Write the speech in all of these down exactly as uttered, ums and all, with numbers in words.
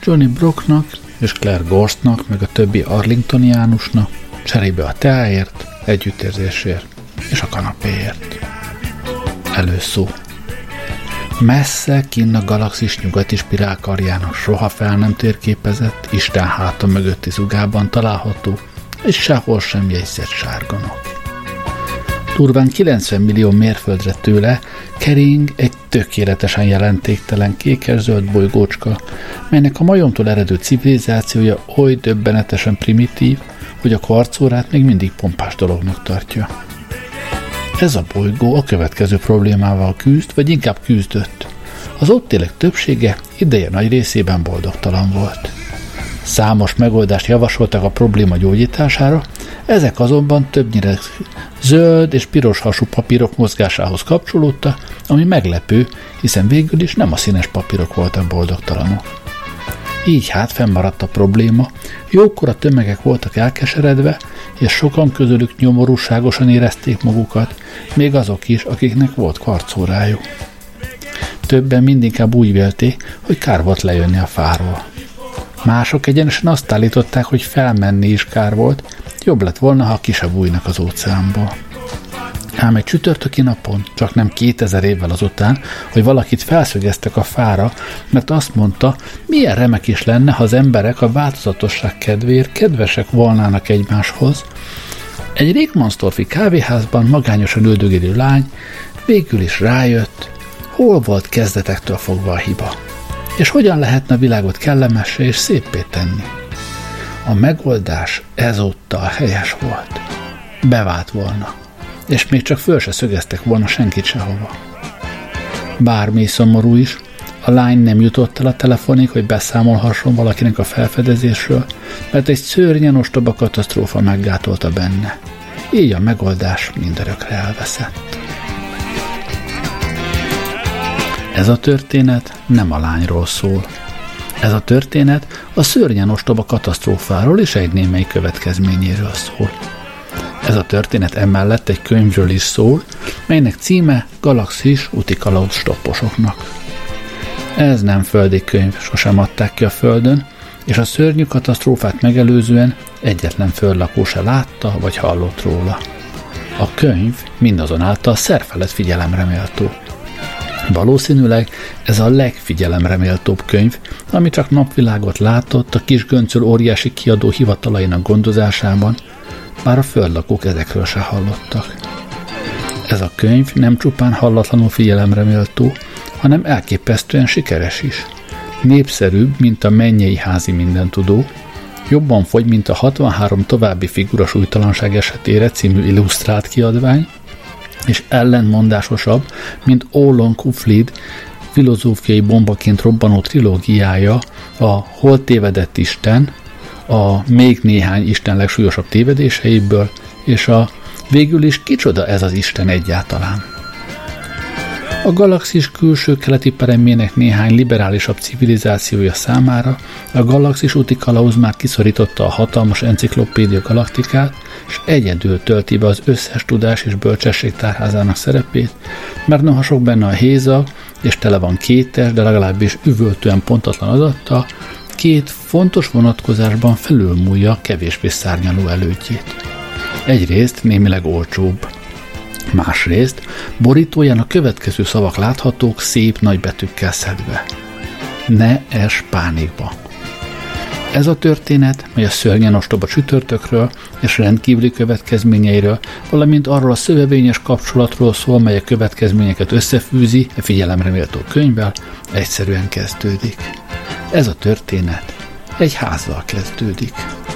Johnny Brocknak és Claire Gorstnak, meg a többi arlingtoniánusnak cserébe a teáért, együttérzésért és a kanapéért. Előszó. Messze kinn a galaxis nyugati spirálkarjának soha fel nem térképezett, Isten háta mögötti zugában található, és sehol sem jegyzett sárganok. Durván kilencven millió mérföldre tőle kering egy tökéletesen jelentéktelen kékes-zöld bolygócska, melynek a majomtól eredő civilizációja oly döbbenetesen primitív, hogy a kvarcórát még mindig pompás dolognak tartja. Ez a bolygó a következő problémával küzd, vagy inkább küzdött. Az ott élők többsége ideje nagy részében boldogtalan volt. Számos megoldást javasoltak a probléma gyógyítására, ezek azonban többnyire zöld és piros hasú papírok mozgásához kapcsolódtak, ami meglepő, hiszen végül is nem a színes papírok voltak boldogtalanok. Így hát fennmaradt a probléma, jókora tömegek voltak elkeseredve, és sokan közülük nyomorúságosan érezték magukat, még azok is, akiknek volt kvarcórájuk. Többen mindinkább úgy vélték, hogy kár volt lejönni a fáról. Mások egyenesen azt állították, hogy felmenni is kár volt, jobb lett volna, ha ki se bújnak az óceánból. Ám egy csütörtöki napon, csak nem kétezer évvel azután, hogy valakit felszögeztek a fára, mert azt mondta, milyen remek is lenne, ha az emberek a változatosság kedvéért kedvesek volnának egymáshoz, egy Rickmansdorfi kávéházban magányosan üldögélő lány végül is rájött, hol volt kezdetektől fogva a hiba, és hogyan lehetne a világot kellemessé és széppé tenni. A megoldás ezúttal helyes volt. Bevált volna, és még csak föl se szögeztek volna senkit sehova. Bármi szomorú is, a lány nem jutott el a telefonig, hogy beszámolhasson valakinek a felfedezésről, mert egy szörnyen ostoba katasztrófa meggátolta benne. Így a megoldás mindörökre elveszett. Ez a történet nem a lányról szól. Ez a történet a szörnyen ostoba katasztrófáról és egy némely következményéről szól. Ez a történet emellett egy könyvről is szól, melynek címe Galaxis útikalauz stopposoknak. Ez nem földi könyv, sosem adták ki a Földön, és a szörnyű katasztrófát megelőzően egyetlen földlakó se látta vagy hallott róla. A könyv mindazonáltal szerfelett figyelemre méltó. Valószínűleg ez a legfigyelemre méltóbb könyv, ami csak napvilágot látott a kis göncöl óriási kiadó hivatalainak gondozásában, bár a földlakók ezekről se hallottak. Ez a könyv nem csupán hallatlanul figyelemre méltó, hanem elképesztően sikeres is. Népszerűbb, mint a Mennyei házi mindentudó, jobban fogy, mint a hatvanhárom további figura súlytalanság esetére című illusztrált kiadvány, és ellentmondásosabb, mint Olon Kuflid filozófiai bombaként robbanó trilógiája, a Hol tévedett Isten, a Még néhány Isten legsúlyosabb tévedéseiből, és a Végül is kicsoda ez az Isten egyáltalán. A galaxis külső keleti peremének néhány liberálisabb civilizációja számára a Galaxis útikalauz már kiszorította a hatalmas enciklopédia galaktikát, és egyedül tölti be az összes tudás és bölcsesség tárházának szerepét, mert noha sok benne a hézag, és tele van kétes, de legalábbis üvöltően pontatlan adattal, két fontos vonatkozásban felülmúlja kevésbé szárnyaló elődjét. Egyrészt némileg olcsóbb. Másrészt borítóján a következő szavak láthatók szép nagy betűkkel szedve. Ne es pánikba. Ez a történet, mely a szörnyen ostoba csütörtökről és rendkívüli következményeiről, valamint arról a szövevényes kapcsolatról szól, mely a következményeket összefűzi a figyelemre méltó könyvvel, egyszerűen kezdődik. Ez a történet egy házzal kezdődik.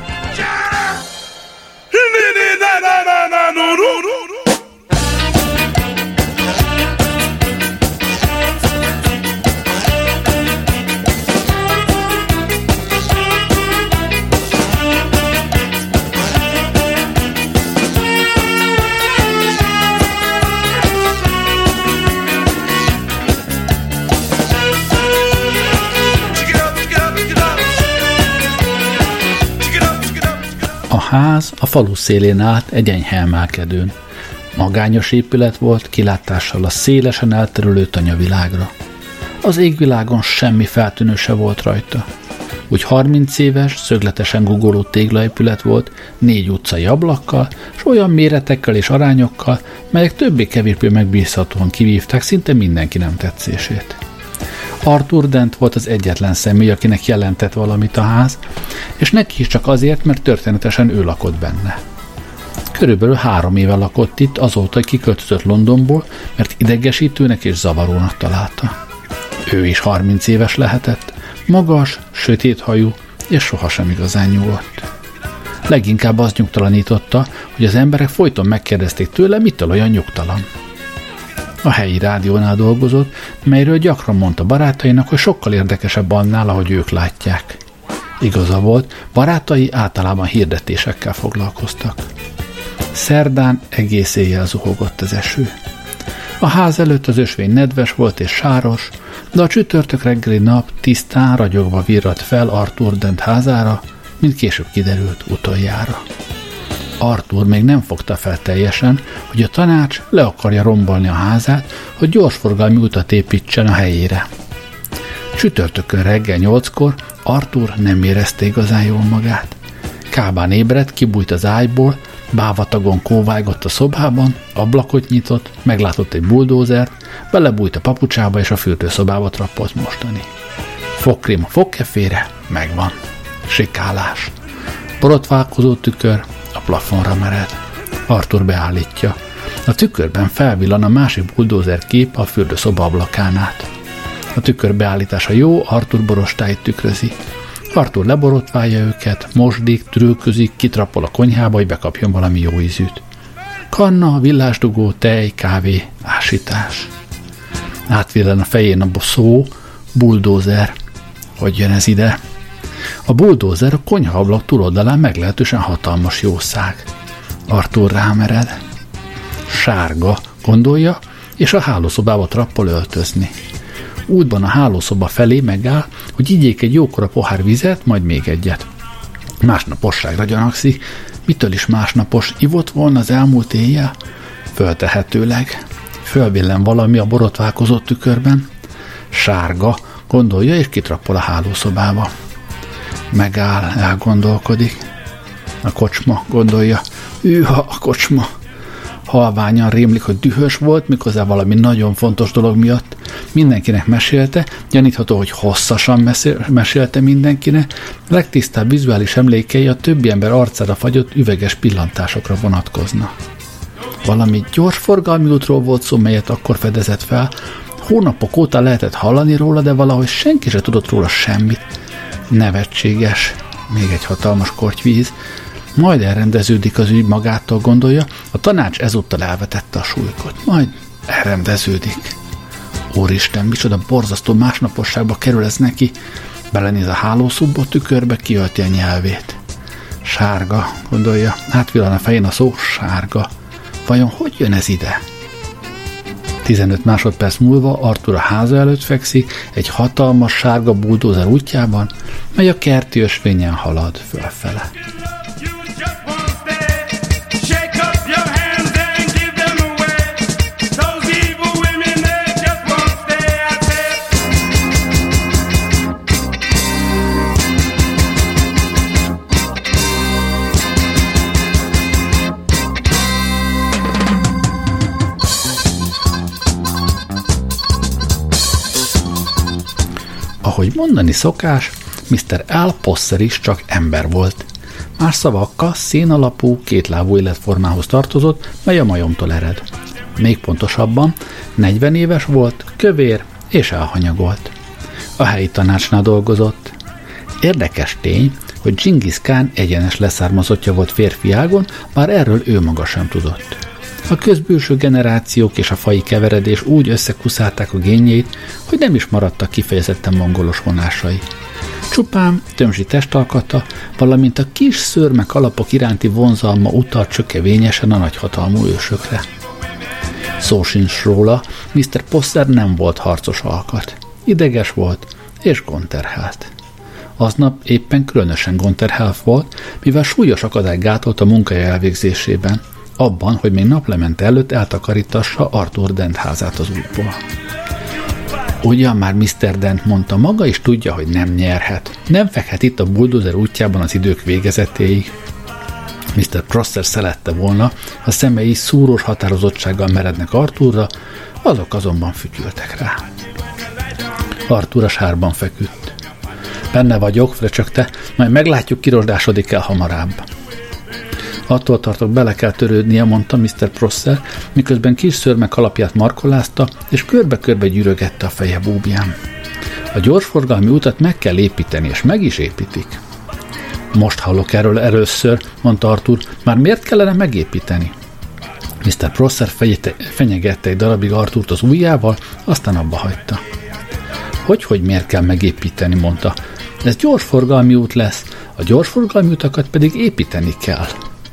A ház a falu szélén állt egy enyhe emelkedőn. Magányos épület volt, kilátással a szélesen elterülő tanyavilágra. Az égvilágon semmi feltűnő se volt rajta. úgy harminc éves, szögletesen guggoló téglaépület volt, négy utcai ablakkal, s olyan méretekkel és arányokkal, melyek többé-kevésbé megbízhatóan kivívták szinte mindenki nem tetszését. Arthur Dent volt az egyetlen személy, akinek jelentett valamit a ház, és neki is csak azért, mert történetesen ő lakott benne. Körülbelül három éve lakott itt, azóta, hogy kiköltözött Londonból, mert idegesítőnek és zavarónak találta. Ő is harminc éves lehetett, magas, sötéthajú, és sohasem igazán nyugodt. Leginkább az nyugtalanította, hogy az emberek folyton megkérdezték tőle, mitől olyan nyugtalan. A helyi rádiónál dolgozott, melyről gyakran mondta barátainak, hogy sokkal érdekesebb annál, ahogy ők látják. Igaza volt, barátai általában hirdetésekkel foglalkoztak. Szerdán egész éjjel zuhogott az eső. A ház előtt az ösvény nedves volt és sáros, de a csütörtök reggeli nap tisztán ragyogva virradt fel Arthur Dent házára, mint később kiderült utoljára. Arthur még nem fogta fel teljesen, hogy a tanács le akarja rombolni a házát, hogy gyorsforgalmi utat építsen a helyére. Csütörtökön reggel nyolckor Arthur nem érezte igazán jól magát. Kábán ébredt, kibújt az ágyból, bávatagon kóvájgott a szobában, ablakot nyitott, meglátott egy buldózert, belebújt a papucsába és a fürdőszobába trappolt mostani. Fogkrém a fogkefére, megvan. Sikálás. Borotválkozó tükör, a plafonra mered. Arthur beállítja. A tükörben felvillan a másik buldózer kép a fürdőszoba ablakán át. A tükör beállítása jó, Arthur borostáit tükrözi. Arthur leborotválja őket, mosdik, trülközik, kitrappol a konyhába, hogy bekapjon valami jó ízűt. Kanna, villásdugó, tej, kávé, ásítás. Átvillan a fején a szó, buldózer. Hogy jön ez ide? A buldózer a konyhaablak túloldalán meglehetősen hatalmas jószág. Arthur rámered. Sárga, gondolja, és a hálószobába trappol öltözni. Útban a hálószoba felé megáll, hogy igyék egy jókora pohár vizet, majd még egyet. Másnaposságra gyanakszik. Mitől is másnapos? Ivott volna az elmúlt éjjel? Föltehetőleg. Fölvillen valami a borotválkozott tükörben. Sárga, gondolja, és kitrappol a hálószobába. Megáll, elgondolkodik. A kocsma, gondolja. Hűha, a kocsma. Halványan rémlik, hogy dühös volt, miközben valami nagyon fontos dolog miatt. Mindenkinek mesélte, gyanítható, hogy hosszasan mesél, mesélte mindenkinek, legtisztább vizuális emlékei a többi ember arcára fagyott üveges pillantásokra vonatkozna. Valami gyors forgalmi útról volt szó, melyet akkor fedezett fel. Hónapok óta lehetett hallani róla, de valahogy senki se tudott róla semmit. Nevetséges. Még egy hatalmas kortyvíz. Majd elrendeződik az ügy magától, gondolja, a tanács ezúttal elvetette a súlykot. Majd elrendeződik. Úristen, micsoda borzasztó másnaposságba kerül ez neki. Belenéz a hálószobba tükörbe, kiölti a nyelvét. Sárga, gondolja, átvillan a fején a szó, sárga. Vajon hogy jön ez ide? tizenöt másodperc múlva Arthur a háza előtt fekszik, egy hatalmas sárga buldózer útjában, mely a kerti ösvényen halad fölfele. Ahogy mondani szokás, miszter Al Posser is csak ember volt. Más szavakkal szénalapú, kétlábú életformához tartozott, mely a majomtól ered. Még pontosabban, negyven éves volt, kövér és elhanyagolt. A helyi tanácsnál dolgozott. Érdekes tény, hogy Dzsingisz Kán egyenes leszármazottja volt férfiágon, bár erről ő maga sem tudott. A közbülső generációk és a faji keveredés úgy összekuszálták a génjét, hogy nem is maradtak kifejezetten mongolos vonásai. Csupán tömzsi testalkata, valamint a kis szőrmek alapok iránti vonzalma utalt csökevényesen a nagyhatalmú ősökre. Szó sincs róla, miszter Posser nem volt harcos alkat. Ideges volt és gondterhelt. Aznap éppen különösen gondterhelt volt, mivel súlyos akadály gátolt a munkája elvégzésében, abban, hogy még naplemente előtt eltakarítassa Arthur Dent házát az útból. Ugyan már miszter Dent mondta, maga is tudja, hogy nem nyerhet. Nem fekhet itt a bulldozer útjában az idők végezetéig. miszter Prosser szerette volna, ha szemei szúrós határozottsággal merednek Arthurra, azok azonban fütyültek rá. Arthur a sárban feküdt. Benne vagyok, fröcsögte, majd meglátjuk, kirosdásodik el hamarabb. Attól tartok, bele kell törődnie, mondta miszter Prosser, miközben kis szörme kalapját markolázta, és körbe-körbe gyűrögette a feje búbján. A gyorsforgalmi utat meg kell építeni, és meg is építik. Most hallok erről először, mondta Arthur, már miért kellene megépíteni? miszter Prosser fenyegette egy darabig Arthurt az ujjával, aztán abba hagyta. Hogy-hogy miért kell megépíteni, mondta. Ez gyorsforgalmi út lesz, a gyorsforgalmi utakat pedig építeni kell.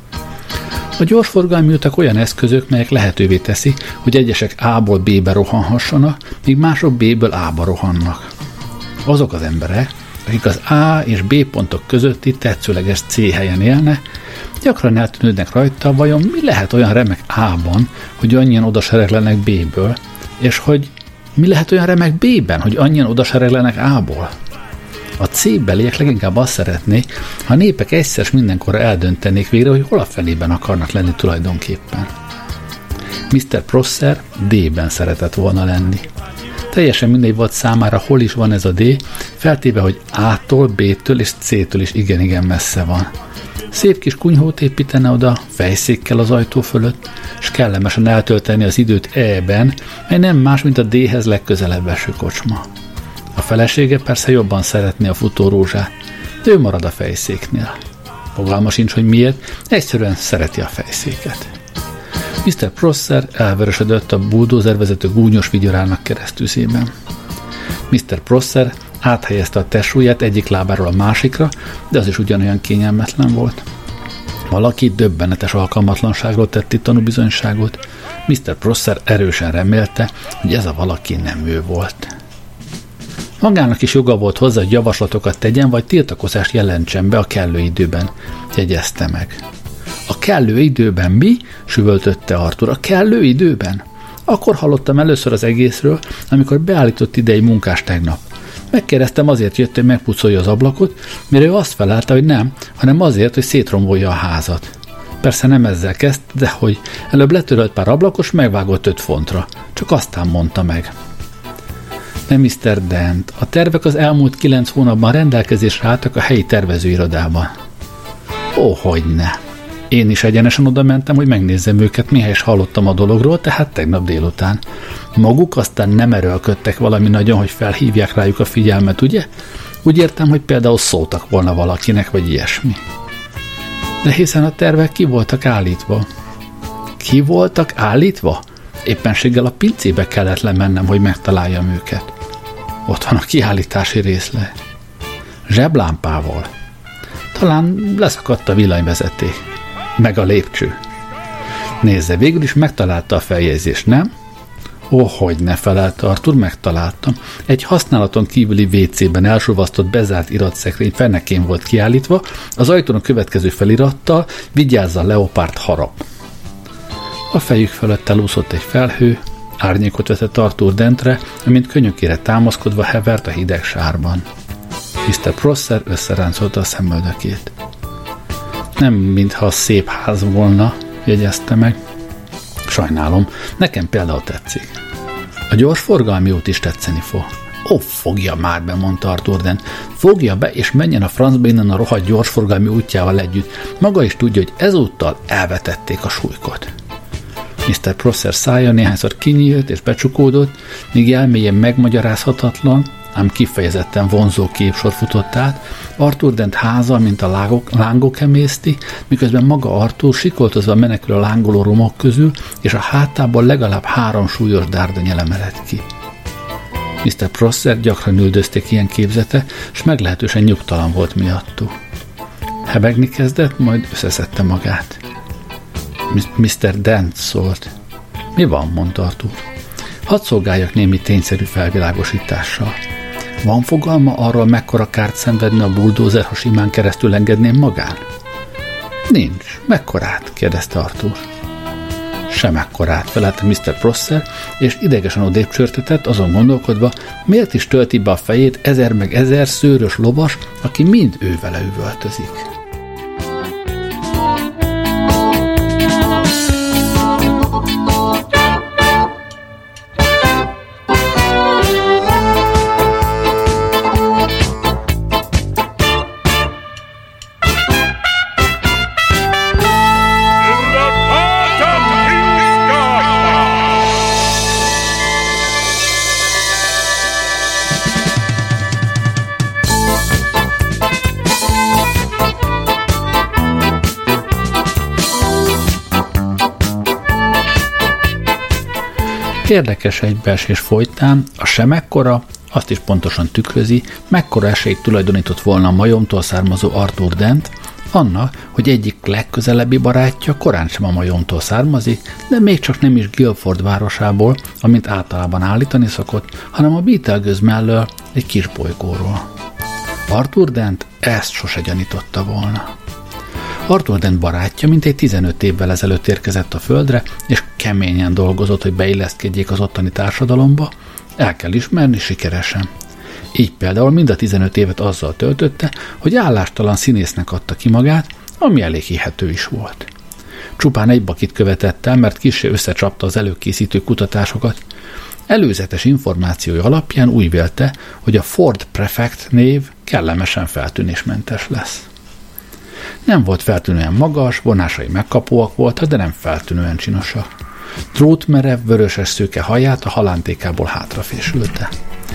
A gyorsforgalmi utak olyan eszközök, melyek lehetővé teszi, hogy egyesek A-ból B-be rohanhassanak, míg mások B-ből A-ba rohannak. Azok az emberek, akik az A és B pontok közötti tetszőleges C helyen élnek, gyakran eltűnődnek rajta, vajon mi lehet olyan remek A-ban, hogy annyian odasereglenek B-ből, és hogy mi lehet olyan remek B-ben, hogy annyian odasereglenek A-ból. A C-beliek leginkább azt szeretnék, ha a népek egyszer mindenkorra eldöntenék végre, hogy hol a felében akarnak lenni tulajdonképpen. miszter Prosser D-ben szeretett volna lenni. Teljesen mindegy volt számára, hol is van ez a D, feltéve, hogy A-tól, B-től és C-től is igen-igen messze van. Szép kis kunyhót építene oda, fejszékkel az ajtó fölött, és kellemesen eltölteni az időt E-ben, mely nem más, mint a D-hez legközelebb eső kocsma. A felesége persze jobban szeretné a futórózsát, de ő marad a fejszéknél. Fogalma sincs, hogy miért, egyszerűen szereti a fejszéket. miszter Prosser elvörösödött a bulldozer vezető gúnyos vigyorának keresztüzében. miszter Prosser áthelyezte a testsúlyát egyik lábáról a másikra, de az is ugyanolyan kényelmetlen volt. Valaki döbbenetes alkalmatlanságról tett itt tanúbizonyságot. miszter Prosser erősen remélte, hogy ez a valaki nem ő volt. Magának is joga volt hozzá, hogy javaslatokat tegyen, vagy tiltakozást jelentsen be a kellő időben, jegyezte meg. A kellő időben mi? Süvöltötte Arthur. A kellő időben? Akkor hallottam először az egészről, amikor beállított ide egy munkás tegnap. Megkérdeztem, azért jött, hogy megpucolja az ablakot, mire ő azt felelte, hogy nem, hanem azért, hogy szétrombolja a házat. Persze nem ezzel kezdte, de hogy előbb letörölt pár ablakos, megvágott öt fontra. Csak aztán mondta meg. De miszter Dent, a tervek az elmúlt kilenc hónapban rendelkezésre álltak a helyi tervezőirodában. Ó, hogyne! Én is egyenesen oda mentem, hogy megnézzem őket, mihely is hallottam a dologról, tehát tegnap délután. Maguk aztán nem erőlködtek valami nagyon, hogy felhívják rájuk a figyelmet, ugye? Úgy értem, hogy például szóltak volna valakinek, vagy ilyesmi. De hiszen a tervek ki voltak állítva. Ki voltak állítva? Éppenséggel a pincébe kellett lemennem, hogy megtaláljam őket. Ott van a kiállítási részleg. Zseblámpával. Talán leszakadt a villanyvezeték. Meg a lépcső. Nézze, végül is megtalálta a feljegyzést, nem? Ó, hogy ne felelte Arthur, megtaláltam. Egy használaton kívüli vé cében elsuvasztott bezárt iratszekrény fenekén volt kiállítva, az ajtón a következő felirattal: vigyázz, a leopárd harap. A fejük fölött elúszott egy felhő, árnyékot vetett Arthur Dentre, amint könyökére támaszkodva hevert a hideg sárban. miszter Prosser összeráncolta a szemöldökét. Nem mintha szép ház volna, jegyezte meg. Sajnálom, nekem például tetszik. A gyorsforgalmi út is tetszeni fog. Ó, fogja már be, mondta Arthur Dent. Fogja be, és menjen a francba innen a rohadt gyorsforgalmi útjával együtt. Maga is tudja, hogy ezúttal elvetették a súlykot. miszter Prosser szája néhányszor kinyílt és becsukódott, míg elmélyén megmagyarázhatatlan, ám kifejezetten vonzó képsor futott át, Arthur Dent háza, mint a lángok, lángok emészti, miközben maga Arthur sikoltozva menekül a lángoló romok közül, és a hátából legalább három súlyos dárdanyel emeled ki. miszter Prosser gyakran üldözték ilyen képzete, és meglehetősen nyugtalan volt miattuk. Hebegni kezdett, majd összeszedte magát. miszter Dent szólt. Mi van, mondta Arthur. Hadd szolgáljak némi tényszerű felvilágosítással. Van fogalma arról, mekkora kárt szenvedne a bulldozer, ha simán keresztül engedném magán? Nincs. Mekkorát? kérdezte Arthur. Semekkorát felelte miszter Prosser, és idegesen odébb csörtetett, azon gondolkodva, miért is tölti be a fejét ezer meg ezer szőrös lovas, aki mind ővele üvöltözik. Érdekes egybeesés folytán a semekkora azt is pontosan tükrözi, mekkora esélyt tulajdonított volna a majomtól származó Arthur Dent, annak, hogy egyik legközelebbi barátja korán sem a majomtól származik, de még csak nem is Guildford városából, amint általában állítani szokott, hanem a Betelgeuse mellől egy kis bolygóról. Arthur Dent ezt sose gyanította volna. Arthur Dent barátja mintegy tizenöt évvel ezelőtt érkezett a földre, és keményen dolgozott, hogy beilleszkedjék az ottani társadalomba, el kell ismerni, sikeresen. Így például mind a tizenöt évet azzal töltötte, hogy állástalan színésznek adta ki magát, ami elég hihető is volt. Csupán egy bakit követett el, mert kissé összecsapta az előkészítő kutatásokat. Előzetes információi alapján úgy vélte, hogy a Ford Prefect név kellemesen feltűnésmentes lesz. Nem volt feltűnően magas, vonásai megkapóak voltak, de nem feltűnően csinosak. Drótmerev, vöröses szőke haját a halántékából hátrafésülte.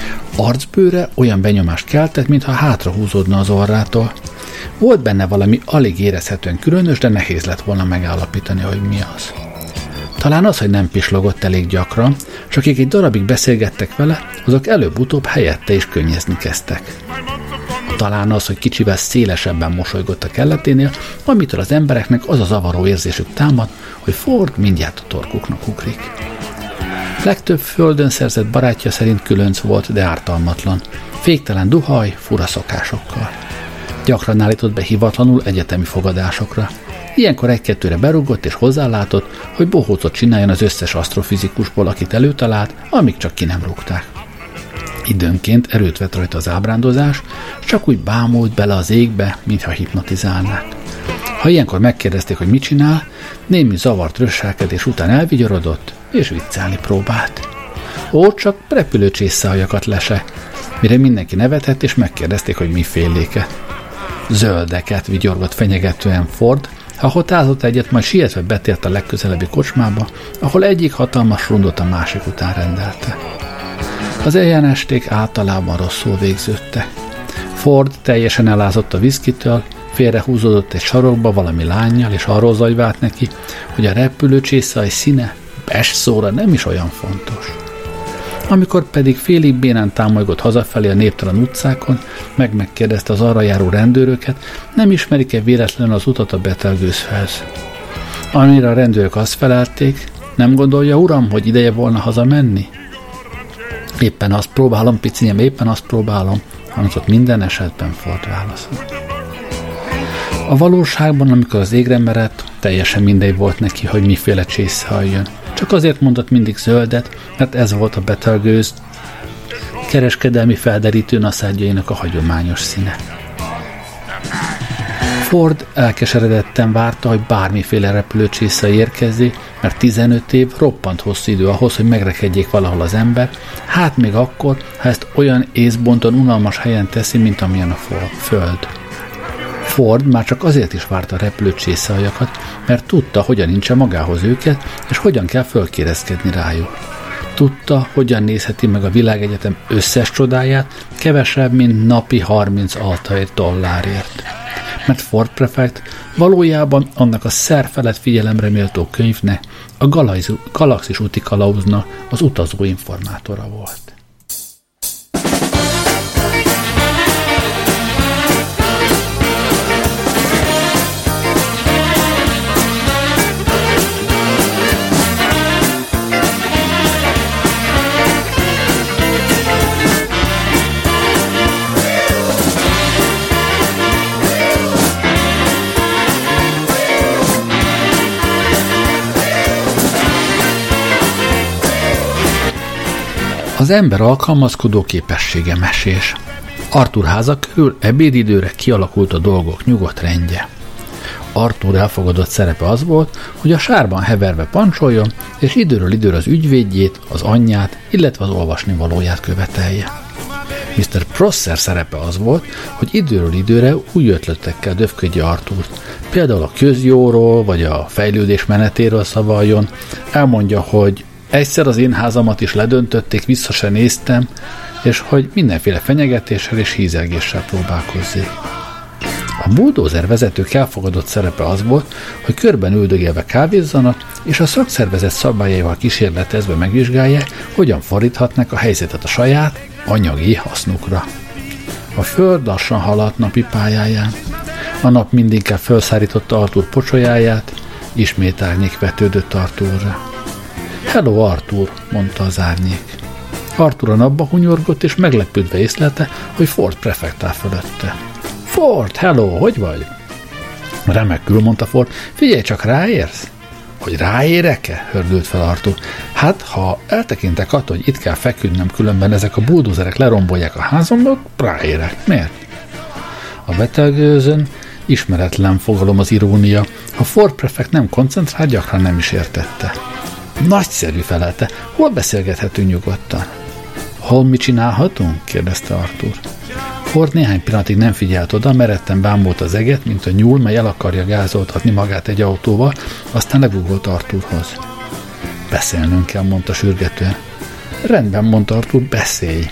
Arcbőre olyan benyomást keltett, mintha hátrahúzódna az orrától. Volt benne valami alig érezhetően különös, de nehéz lett volna megállapítani, hogy mi az. Talán az, hogy nem pislogott elég gyakran, és akik egy darabig beszélgettek vele, azok előbb-utóbb helyette is könnyezni kezdtek. Talán az, hogy kicsivel szélesebben mosolygott a kelleténél, amitől az embereknek az a zavaró érzésük támad, hogy Ford mindjárt a torkuknak ugrik. Legtöbb földön szerzett barátja szerint különc volt, de ártalmatlan. Féktelen duhaj, fura szokásokkal. Gyakran állított be hivatlanul egyetemi fogadásokra. Ilyenkor egy-kettőre berúgott és hozzálátott, hogy bohócot csináljon az összes asztrofizikusból, akit előtalált, amíg csak ki nem rúgták. Időnként erőt vett rajta az ábrándozás, csak úgy bámult bele az égbe, mintha hipnotizálnák. Ha ilyenkor megkérdezték, hogy mit csinál, némi zavart rösselkedés után elvigyorodott, és viccelni próbált. Ó, csak repülőcsészszahajakat lese, mire mindenki nevetett, és megkérdezték, hogy mi féléke. Zöldeket vigyorgott fenyegetően Ford, ha hotázott egyet, majd sietve betért a legközelebbi kocsmába, ahol egyik hatalmas rundot a másik után rendelte. Az eljárássték általában rosszul végződtek. Ford teljesen elázott a viszkitől, félrehúzódott egy sarokba valami lánnyal, és arról zajvált neki, hogy a repülőcsészaj színe best szóra nem is olyan fontos. Amikor pedig félig bénán támolygott hazafelé a néptelen utcákon, meg megkérdezte az arra járó rendőröket, nem ismerik-e véletlenül az utat a Betelgeuse-hez. Amire a rendőrök azt felelték, nem gondolja, uram, hogy ideje volna hazamenni? Éppen azt próbálom, picinyem, éppen azt próbálom, hangzott minden esetben Ford válaszol. A valóságban, amikor az égre merett, teljesen mindegy volt neki, hogy miféle csésze jön. Csak azért mondott mindig zöldet, mert ez volt a Betelgeuse kereskedelmi felderítő naszádjainak a hagyományos színe. Ford elkeseredetten várta, hogy bármiféle repülőcsésze érkezzék, mert tizenöt év roppant hosszú idő ahhoz, hogy megrekedjék valahol az ember, hát még akkor, ha ezt olyan észbonton unalmas helyen teszi, mint amilyen a föld. Ford már csak azért is várta a repülőcsészaljakat, mert tudta, hogyan nincsen magához őket, és hogyan kell fölkérezkedni rájuk. Tudta, hogyan nézheti meg a világegyetem összes csodáját, kevesebb, mint napi harminc altair dollárért. Mert Ford Prefect valójában annak a szer felett figyelemre méltó könyvnek, a Galaxis úti kalauznak az utazó informátora volt. Az ember alkalmazkodó képessége mesés. Arthur háza körül ebédidőre kialakult a dolgok nyugodt rendje. Arthur elfogadott szerepe az volt, hogy a sárban heverve pancsoljon, és időről időre az ügyvédjét, az anyját, illetve az olvasnivalóját követelje. miszter Prosser szerepe az volt, hogy időről időre új ötletekkel döfködje Arthurt, például a közjóról, vagy a fejlődés menetéről szavaljon, elmondja, hogy egyszer az én házamat is ledöntötték, vissza se néztem, és hogy mindenféle fenyegetéssel és hízelgéssel próbálkozzék. A bulldozer vezetők elfogadott szerepe az volt, hogy körben üldögélve kávézzanak, és a szakszervezet szabályaival kísérletezve megvizsgálják, hogyan fordíthatnak a helyzetet a saját, anyagi hasznukra. A föld lassan haladt napi pályáján. A nap mindinkább felszárította Arthur pocsolyáját, ismét árnyék vetődött Arthurra. Hello, Arthur, mondta az árnyék. Arthur a napba hunyorgott, és meglepődve észlelte, hogy Ford prefekt áll fölötte. Ford, hello, hogy vagy? Remekül, mondta Ford. Figyelj csak, ráérsz? Hogy ráérek-e? Hördült fel Arthur. Hát, ha eltekintek attól, hogy itt kell feküdnöm, különben ezek a buldózerek lerombolják a házamban, ráérek. Miért? A betelgőzön ismeretlen fogalom az irónia. A Ford prefekt nem koncentrál, gyakran nem is értette. Nagyszerű, felelte. Hol beszélgethetünk nyugodtan? Hol mit csinálhatunk? kérdezte Arthur. Ford néhány pillanatig nem figyelt oda, meretten bámult az eget, mint a nyúl, mely el akarja gázoltatni magát egy autóval, aztán legugolt Arthurhoz. Beszélnünk kell, mondta sürgetően. Rendben, mondta Arthur, beszélj.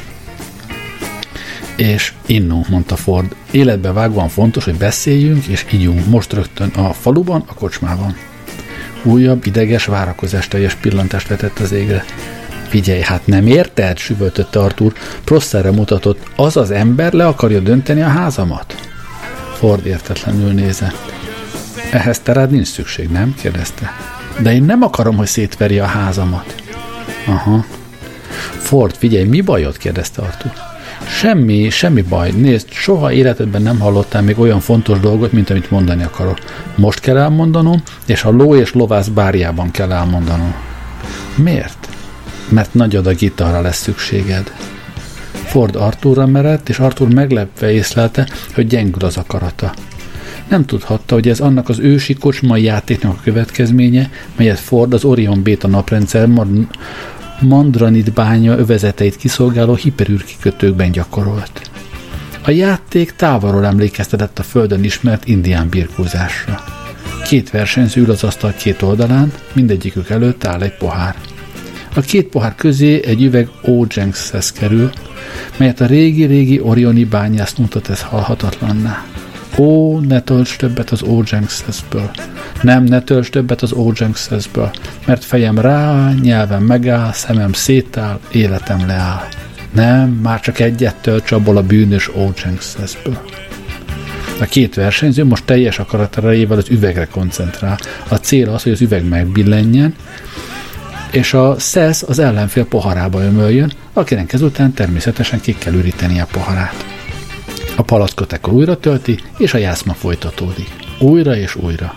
És innunk, mondta Ford. Életbe vágóan fontos, hogy beszéljünk és ígyunk most rögtön a faluban, a kocsmában. Újabb, ideges, várakozás teljes pillantást vetett az égre. Figyelj, hát nem érted? Süvöltötte Arthur. Prosserre mutatott. Az az ember le akarja dönteni a házamat? Ford értetlenül nézett. Ehhez te rád nincs szükség, nem? kérdezte. De én nem akarom, hogy szétverje a házamat. Aha. Ford, figyelj, mi bajod? kérdezte Arthur. Semmi, semmi baj. Nézd, soha életedben nem hallottál még olyan fontos dolgot, mint amit mondani akarok. Most kell elmondanom, és a ló és lovász bárjában kell elmondanom. Miért? Mert nagy adag gitarra lesz szükséged. Ford Arthurra merett, és Arthur meglepve észlelte, hogy gyengül az akarata. Nem tudhatta, hogy ez annak az ősi kocsmai játéknak a következménye, melyet Ford az Orion Beta naprendszer mandranit bánya övezeteit kiszolgáló hiperűrkikötőkben gyakorolt. A játék távolról emlékeztetett a földön ismert indián birkózásra. Két versenyző ül az asztal két oldalán, mindegyikük előtt áll egy pohár. A két pohár közé egy üveg Ojenkshez kerül, melyet a régi-régi orioni bányász mutat ez halhatatlanná. Ó, ne tölts többet az Ojenksből. Nem, ne tölts többet az Ojenksből, mert fejem rá, nyelvem megáll, szemem szétáll, életem leáll. Nem, már csak egyet tölts abból a bűnös Ojenksből. A két versenyző most teljes akaraterejével az üvegre koncentrál. A cél az, hogy az üveg megbillenjen, és a szesz az ellenfél poharába ömöljön, akinek ezután természetesen ki kell üríteni a poharát. A palackot ekkor újra tölti, és a játszma folytatódik. Újra és újra.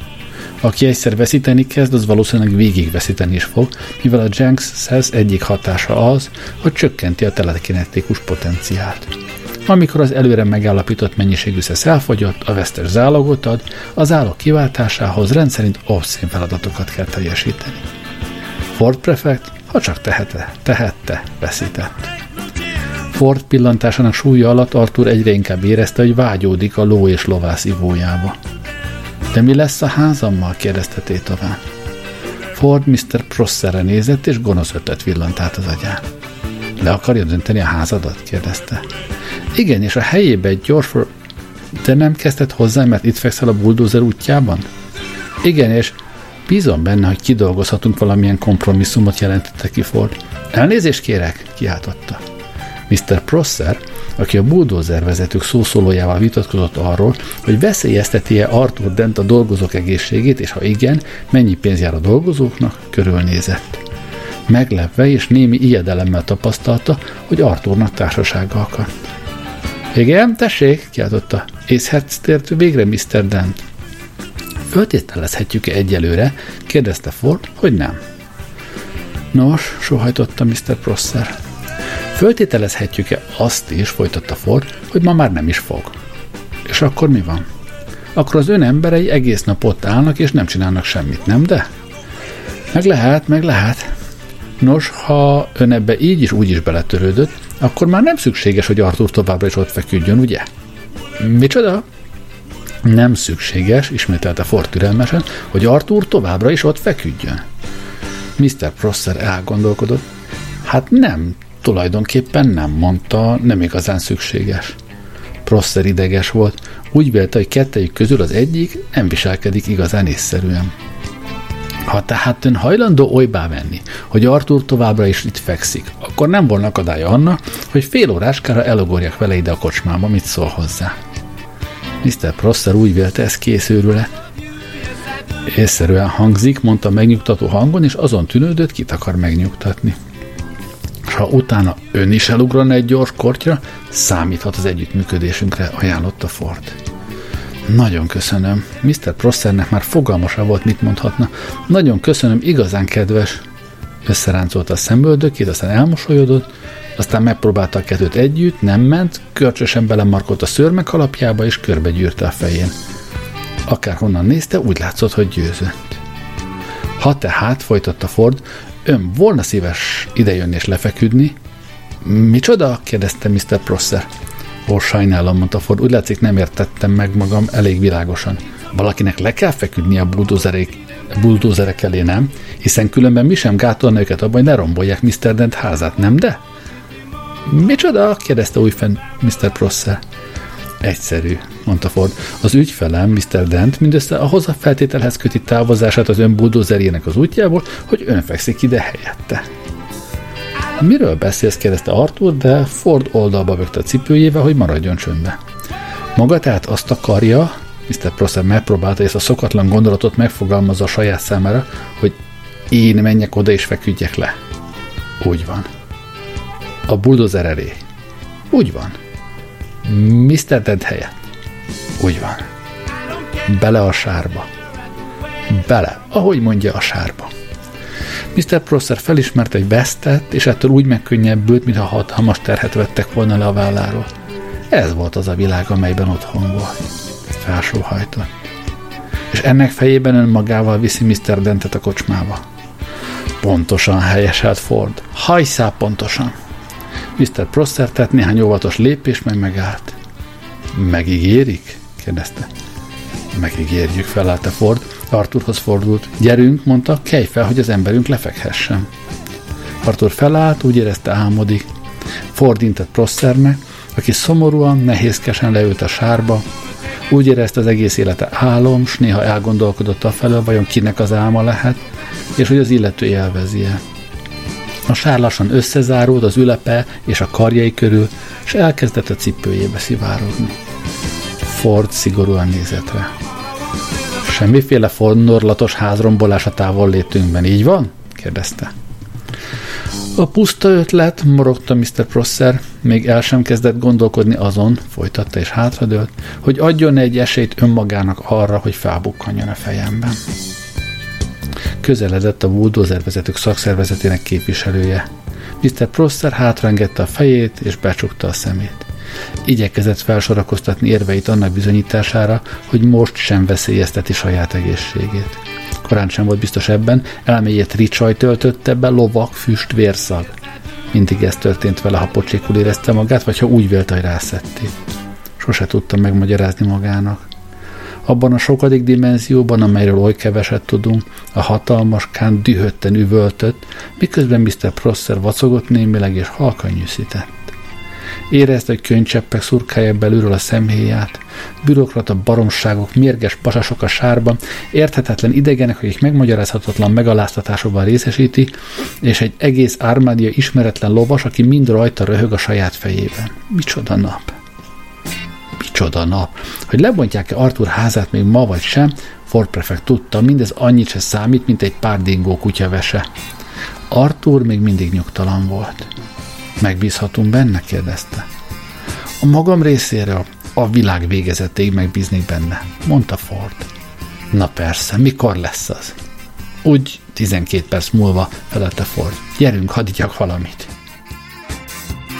Aki egyszer veszíteni kezd, az valószínűleg végig veszíteni is fog, mivel a Jenks-szesz egyik hatása az, hogy csökkenti a telekinetikus potenciált. Amikor az előre megállapított mennyiségű szesz elfogyott, a vesztes zálogot ad, a zálog kiváltásához rendszerint obszén feladatokat kell teljesíteni. Ford prefekt, ha csak tehette, tehette, veszített. Ford pillantásának súlya alatt Arthur egyre inkább érezte, hogy vágyódik a ló és lovász ivójába. De mi lesz a házammal? kérdezte tétován. Ford miszter Prosserre nézett, és gonosz ötlet villant át az agyán. Le akarja dönteni a házadat? kérdezte. Igen, és a helyébe egy gyors... De nem kezdett hozzá, mert itt fekszel a buldózer útjában? Igen, és bízom benne, hogy kidolgozhatunk valamilyen kompromisszumot, jelentette ki Ford. Elnézést kérek, kiáltotta. miszter Prosser, aki a buldózer vezetők szószólójával vitatkozott arról, hogy veszélyezteti-e Arthur Dent a dolgozók egészségét, és ha igen, mennyi pénz jár a dolgozóknak, körülnézett. Meglepve és némi ijedelemmel tapasztalta, hogy Arthurnak társasága akadt. Igen, tessék, kiáltotta. Észhez tért végre miszter Dent. Föltételezhetjük-e egyelőre? kérdezte Ford, hogy nem. Nos, sóhajtotta miszter Prosser. Föltételezhetjük-e azt is, folytatta Ford, hogy ma már nem is fog. És akkor mi van? Akkor az ön emberei egész nap ott állnak, és nem csinálnak semmit, nem de? Meg lehet, meg lehet. Nos, ha ön ebbe így is úgy is beletörődött, akkor már nem szükséges, hogy Arthur továbbra is ott feküdjön, ugye? Micsoda? Nem szükséges, ismételte Ford türelmesen, hogy Arthur továbbra is ott feküdjön. miszter Prosser elgondolkodott. Hát nem, tulajdonképpen nem, mondta, nem igazán szükséges. Prosser ideges volt, úgy vélte, hogy kettejük közül az egyik nem viselkedik igazán észszerűen. Ha tehát ön hajlandó olybá venni, hogy Arthur továbbra is itt fekszik, akkor nem volna akadálya annak, hogy fél óráskára elugorjak vele ide a kocsmába, mit szól hozzá. miszter Prosser úgy vélte, ez készőrül-e. Észszerűen hangzik, mondta megnyugtató hangon, és azon tűnődött, kit akar megnyugtatni. És ha utána ön is elugrana egy gyors kortyra, számíthat az együttműködésünkre, ajánlotta Ford. Nagyon köszönöm. miszter Prossernek már fogalmasa volt, mit mondhatna. Nagyon köszönöm, igazán kedves. Összeráncolta a szemöldökét, aztán elmosolyodott, aztán megpróbálta a kettőt együtt, nem ment, görcsösen belemarkolt a szőrmek alapjába, és körbegyűrte a fején. Akárhonnan nézte, úgy látszott, hogy győzött. Ha tehát, folytatta Ford, ön volna szíves idejönni és lefeküdni? Micsoda? Kérdezte miszter Prosser. Ó, sajnálom, mondta Ford, úgy látszik, nem értettem meg magam elég világosan. Valakinek le kell feküdni a buldózerek elé, nem? Hiszen különben mi sem gátolna őket abban, hogy ne rombolják miszter Dent házát, nem de? Micsoda? Kérdezte újfent miszter Prosser. Egyszerű, mondta Ford. Az ügyfelem, miszter Dent, mindössze ahhoz a feltételhez köti távozását az ön buldózerjének az útjából, hogy ön fekszik ide helyette. Miről beszélsz? Kérdezte Arthur, de Ford oldalba bökte a cipőjével, hogy maradjon csöndbe. Maga tehát azt akarja, miszter Prosser megpróbálta ezt a szokatlan gondolatot megfogalmazza a saját számára, hogy én menjek oda és feküdjek le. Úgy van. A bulldozer elé. Úgy van. miszter Dent helyett. Úgy van. Bele a sárba. Bele, ahogy mondja, a sárba. miszter Prosser felismerte, hogy vesztett, és ettől úgy megkönnyebbült, mintha hatalmas terhet vettek volna le a válláról. Ez volt az a világ, amelyben otthon volt. Felsóhajtott. És ennek fejében önmagával viszi miszter Dentet a kocsmába. Pontosan, helyeselt Ford. Hajszál pontosan. miszter Prosser tett néhány óvatos lépés, meg megállt. Megígérik? kérdezte. Megígérjük, felelte Ford. Arthurhoz fordult. Gyerünk, mondta, kelj fel, hogy az emberünk lefekhessen. Arthur felállt, úgy érezte, álmodik. Ford intett Prossernek, aki szomorúan, nehézkesen leült a sárba. Úgy érezte, az egész élete álom, s néha elgondolkodott afelől, vajon kinek az álma lehet, és hogy az illető élvezi-e. A sár lassan összezárult az ülepe és a karjai körül, és elkezdett a cipőjébe szivárogni. Ford szigorúan nézett rá. Semmiféle fornorlatos házrombolás a távol létünkben, így van? kérdezte. A puszta ötlet, morogta miszter Prosser, még el sem kezdett gondolkodni azon, folytatta és hátradőlt, hogy adjon egy esélyt önmagának arra, hogy felbukkanjon a fejemben. Közeledett a buldózervezetők szakszervezetének képviselője. miszter Prosser hátraengedte a fejét, és becsukta a szemét. Igyekezett felsorakoztatni érveit annak bizonyítására, hogy most sem veszélyezteti saját egészségét. Korán sem volt biztos ebben, elméjét ricsaj töltötte be, lovak, füst, vérszag. Mindig ez történt vele, ha pocsékul érezte magát, vagy ha úgy vélte, hogy rászették. Sose tudta megmagyarázni magának. Abban a sokadik dimenzióban, amelyről oly keveset tudunk, a hatalmas Kán dühötten üvöltött, miközben miszter Prosser vacogott némileg és halkan nyűszített. Érezte, hogy könycseppek szurkálja belülről a szemhéját, bürokrata baromságok, mérges pasasok a sárban, érthetetlen idegenek, akik megmagyarázhatatlan megaláztatásokban részesíti, és egy egész ármádia ismeretlen lovas, aki mind rajta röhög a saját fejében. Micsoda nap! Micsoda nap! Hogy lebontják-e Arthur házát még ma vagy sem, Ford prefekt tudta, mindez annyit se számít, mint egy pár dingó kutyavese. Arthur még mindig nyugtalan volt. Megbízhatunk benne? kérdezte. A magam részéről a világ végezetéig megbíznék benne, mondta Ford. Na persze, mikor lesz az? Úgy tizenkét perc múlva, felelte Ford. Gyerünk, hadd igyak valamit.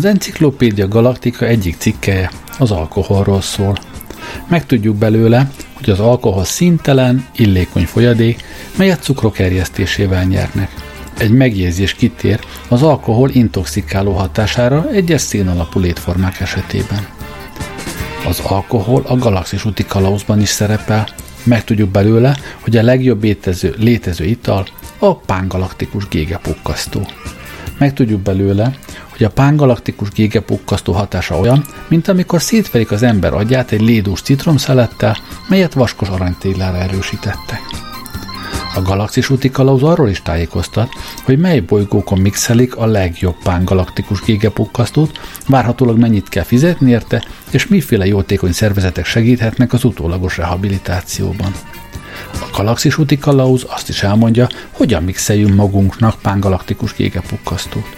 Az Enciklopédia Galaktika egyik cikkelye az alkoholról szól. Megtudjuk belőle, hogy az alkohol színtelen, illékony folyadék, melyet cukrok erjesztésével nyernek. Egy megjegyzés kitér az alkohol intoxikáló hatására egyes szénalapú létformák esetében. Az alkohol a Galaxis úti kalauzban is szerepel. Megtudjuk belőle, hogy a legjobb étező, létező ital a pángalaktikus gégepukkasztó. Megtudjuk belőle, hogy a pángalaktikus gégepukkasztó hatása olyan, mint amikor szétverik az ember agyát egy lédús citromszelettel, melyet vaskos aranytéglára erősítettek. A Galaxis úti kalauz arról is tájékoztat, hogy mely bolygókon mixelik a legjobb pángalaktikus gégepukkasztót, várhatólag mennyit kell fizetni érte, és miféle jótékony szervezetek segíthetnek az utólagos rehabilitációban. A Galaxis úti kalauz azt is elmondja, hogyan mixeljünk magunknak pángalaktikus gégepukkasztót.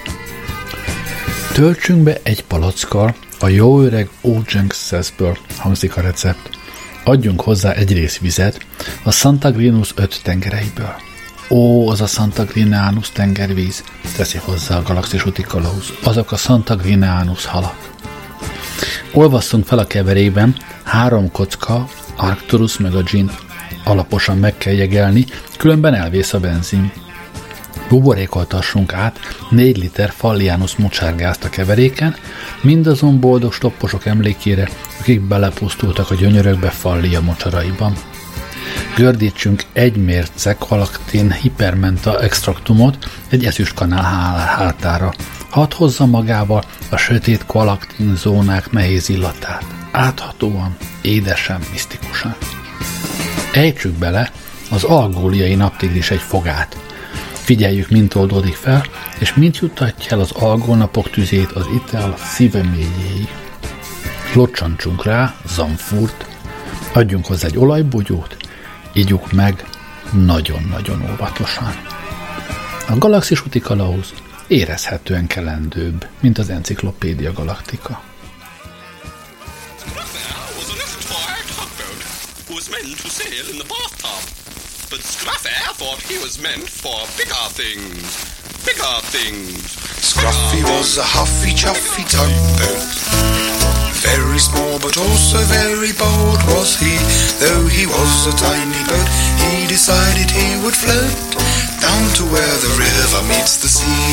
Töltsünk be egy palackkal a jó öreg Ojenxesből, hangzik a recept. Adjunk hozzá egy rész vizet a Santa Grinus öt tengereiből. Ó, az a Santa Grineanus tengervíz, teszi hozzá a Galaxis úti kalauz. Azok a Santa Grineanus halak. Olvasszunk fel a keverékben három kocka Arcturus meg a gin. Alaposan meg kell jegelni, különben elvész a benzin. Buborékoltassunk át négy liter Fallianus mocsárgázt a keveréken, mindazon boldog stopposok emlékére, akik belepusztultak a gyönyörökbe Fallia mocsaraiban. Gördítsünk egy mérce kalaktin hipermenta extraktumot egy ezüstkanál hátára. Hadd hozza magával a sötét kalaktin zónák nehéz illatát. Áthatóan, édesen, misztikusan. Ejtsük bele az algóliai naptigris egy fogát. Figyeljük, mint oldódik fel, és mint juttatja el az algónapok tüzét az ital szíve mélyéig. Locsantsunk rá zamfurt, adjunk hozzá egy olajbogyót, igyuk meg nagyon-nagyon óvatosan. A Galaxis úti kalauz érezhetően kelendőbb, mint az Enciklopédia Galaktika. But Scruffy thought he was meant for bigger things. Bigger things. Scruffy was a huffy, chuffy tugboat. Very small but also very bold was he. Though he was a tiny boat, he decided he would float down to where the river meets the sea.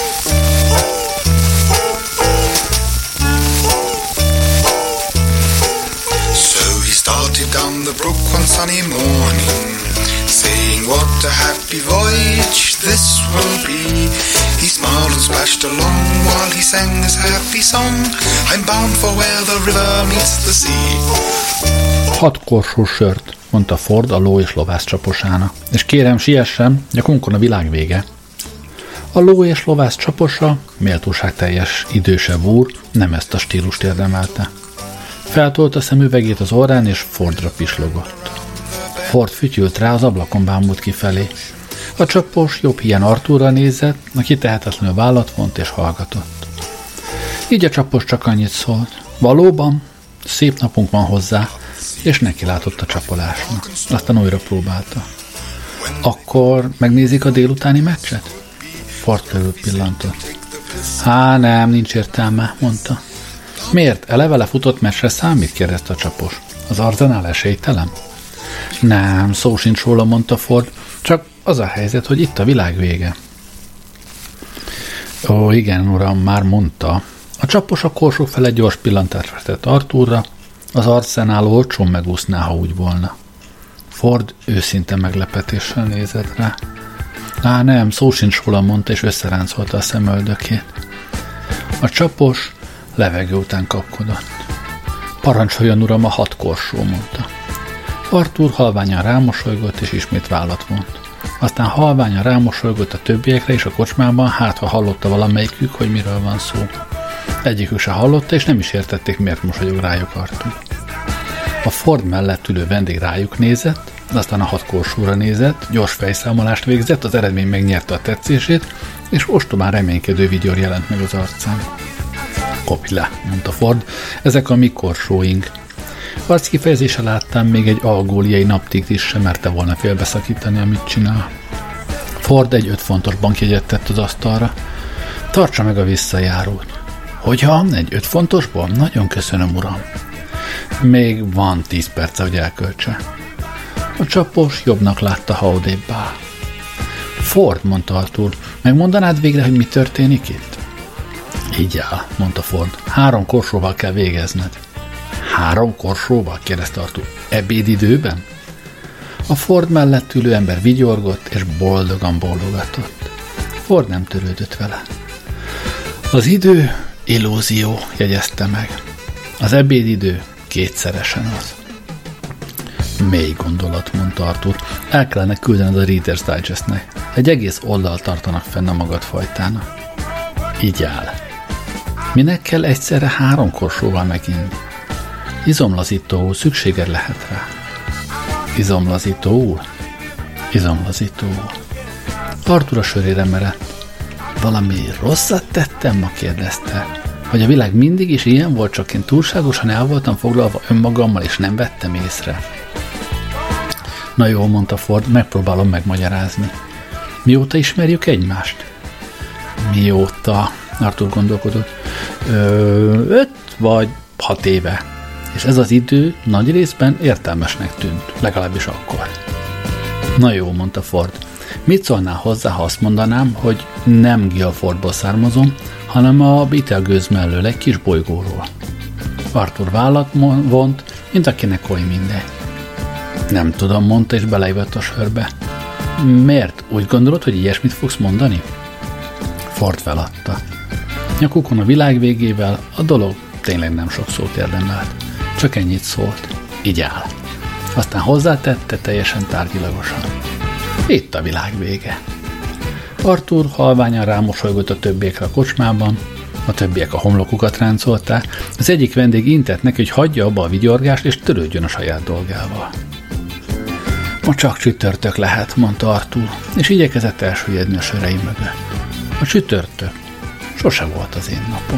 So he started down the brook one sunny morning, saying what a happy voyage this will be. He smiled and splashed along while he sang his happy song. I'm bound for where the river meets the sea. Hat korsó sört, mondta Ford a ló és lovász csaposának. És kérem, siessen, nyakunkon a világ vége. A ló és lovász csaposa, méltóságteljes idősebb úr, nem ezt a stílust érdemelte. Feltolta szemüvegét az orrán, és Fordra pislogott. Ford fütyült rá, az ablakon bámult kifelé. A csapos jobb híján Artúrra nézett, aki tehetetlenül vállat vont és hallgatott. Így a csapos csak annyit szólt. Valóban, szép napunk van hozzá, és neki látott a csapolásnak. Aztán újra próbálta. Akkor megnézik a délutáni meccset? Ford körül pillantott. Há, nem, nincs értelme, mondta. Miért? Eleve lefutott meccsre számít? Kérdezte a csapos. Az Arzenál esélytelen? Nem, szó sincs róla, mondta Ford, csak az a helyzet, hogy itt a világ vége. Ó, igen, uram, már mondta. A csapos a korsók fele gyors pillantást vetett Artúrra, az Arzenál olcsón megúszná, ha úgy volna. Ford őszinte meglepetéssel nézett rá. Á, nem, szó sincs róla, mondta, és összeráncolta a szemöldökét. A csapos levegő után kapkodott. Parancsoljon, uram, a hat korsó, mondta. Artúr halványan rámosolygott, és ismét vállat vont. Aztán halványan rámosolygott a többiekre, és a kocsmában, hát ha hallotta valamelyikük, hogy miről van szó. Egyikük se hallotta, és nem is értették, miért mosolyog rájuk Artúr. A Ford mellett ülő vendég rájuk nézett, aztán a hat korsóra nézett, gyors fejszámolást végzett, az eredmény megnyerte a tetszését, és ostobán reménykedő vigyor jelent meg az arcán. Kopj le, mondta Ford, ezek a mi korsóink. Arc kifejezése láttán még egy algóliai naptigris sem merte volna félbeszakítani, amit csinál. Ford egy öt fontos bankjegyet tett az asztalra. Tartsa meg a visszajárót. Hogyha egy öt fontosból? Nagyon köszönöm, uram. Még van tíz perce, hogy elköltse. A csapos jobbnak látta, ha odébb áll. Ford, mondta Arthur, megmondanád végre, hogy mi történik itt? Így áll, mondta Ford. Három korsóval kell végezned. Három korsóval? kérdezte Arthur. Ebédidőben? A Ford mellett ülő ember vigyorgott, és boldogan bólogatott. Ford nem törődött vele. Az idő illúzió, jegyezte meg. Az ebédidő kétszeresen az. Mély gondolat, mondta Arthur. El kellene küldened a Reader's Digestnek. Egy egész oldal tartanak fenn a magad fajtának. Így áll. Minek kell egyszerre három korsóval meginni? Izomlazítóul szükséged lehet rá. Izomlazítóul? Izomlazítóul. Arthur a sörére merett. Valami rosszat tettem, ma kérdezte. Vagy a világ mindig is ilyen volt, csak én túlságosan el voltam foglalva önmagammal, és nem vettem észre. Na jó, mondta Ford, megpróbálom megmagyarázni. Mióta ismerjük egymást? Mióta? Arthur gondolkodott. Ö, öt vagy hat éve. És ez az idő nagy részben értelmesnek tűnt, legalábbis akkor. Na jó, mondta Ford. Mit szólnál hozzá, ha azt mondanám, hogy nem Guilfordból származom, hanem a Betelgeuse mellől egy kis bolygóról? Arthur vállat vont, mint akinek oly mindegy. Nem tudom, mondta, és beleivett a sörbe. Miért? Úgy gondolod, hogy ilyesmit fogsz mondani? Ford feladta. Nyakukon a világ végével a dolog tényleg nem sok szót érdemelt. Csak ennyit szólt. Így áll. Aztán hozzátette teljesen tárgyilagosan. Itt a világ vége. Arthur halványan rámosolygott a többiekre a kocsmában, a többiek a homlokukat ráncolták, az egyik vendég intett neki, hogy hagyja abba a vigyorgást, és törődjön a saját dolgával. Ma csak csütörtök lehet, mondta Arthur, és igyekezett elsüllyedni a sörei mögött. A csütörtök sose volt az én napom.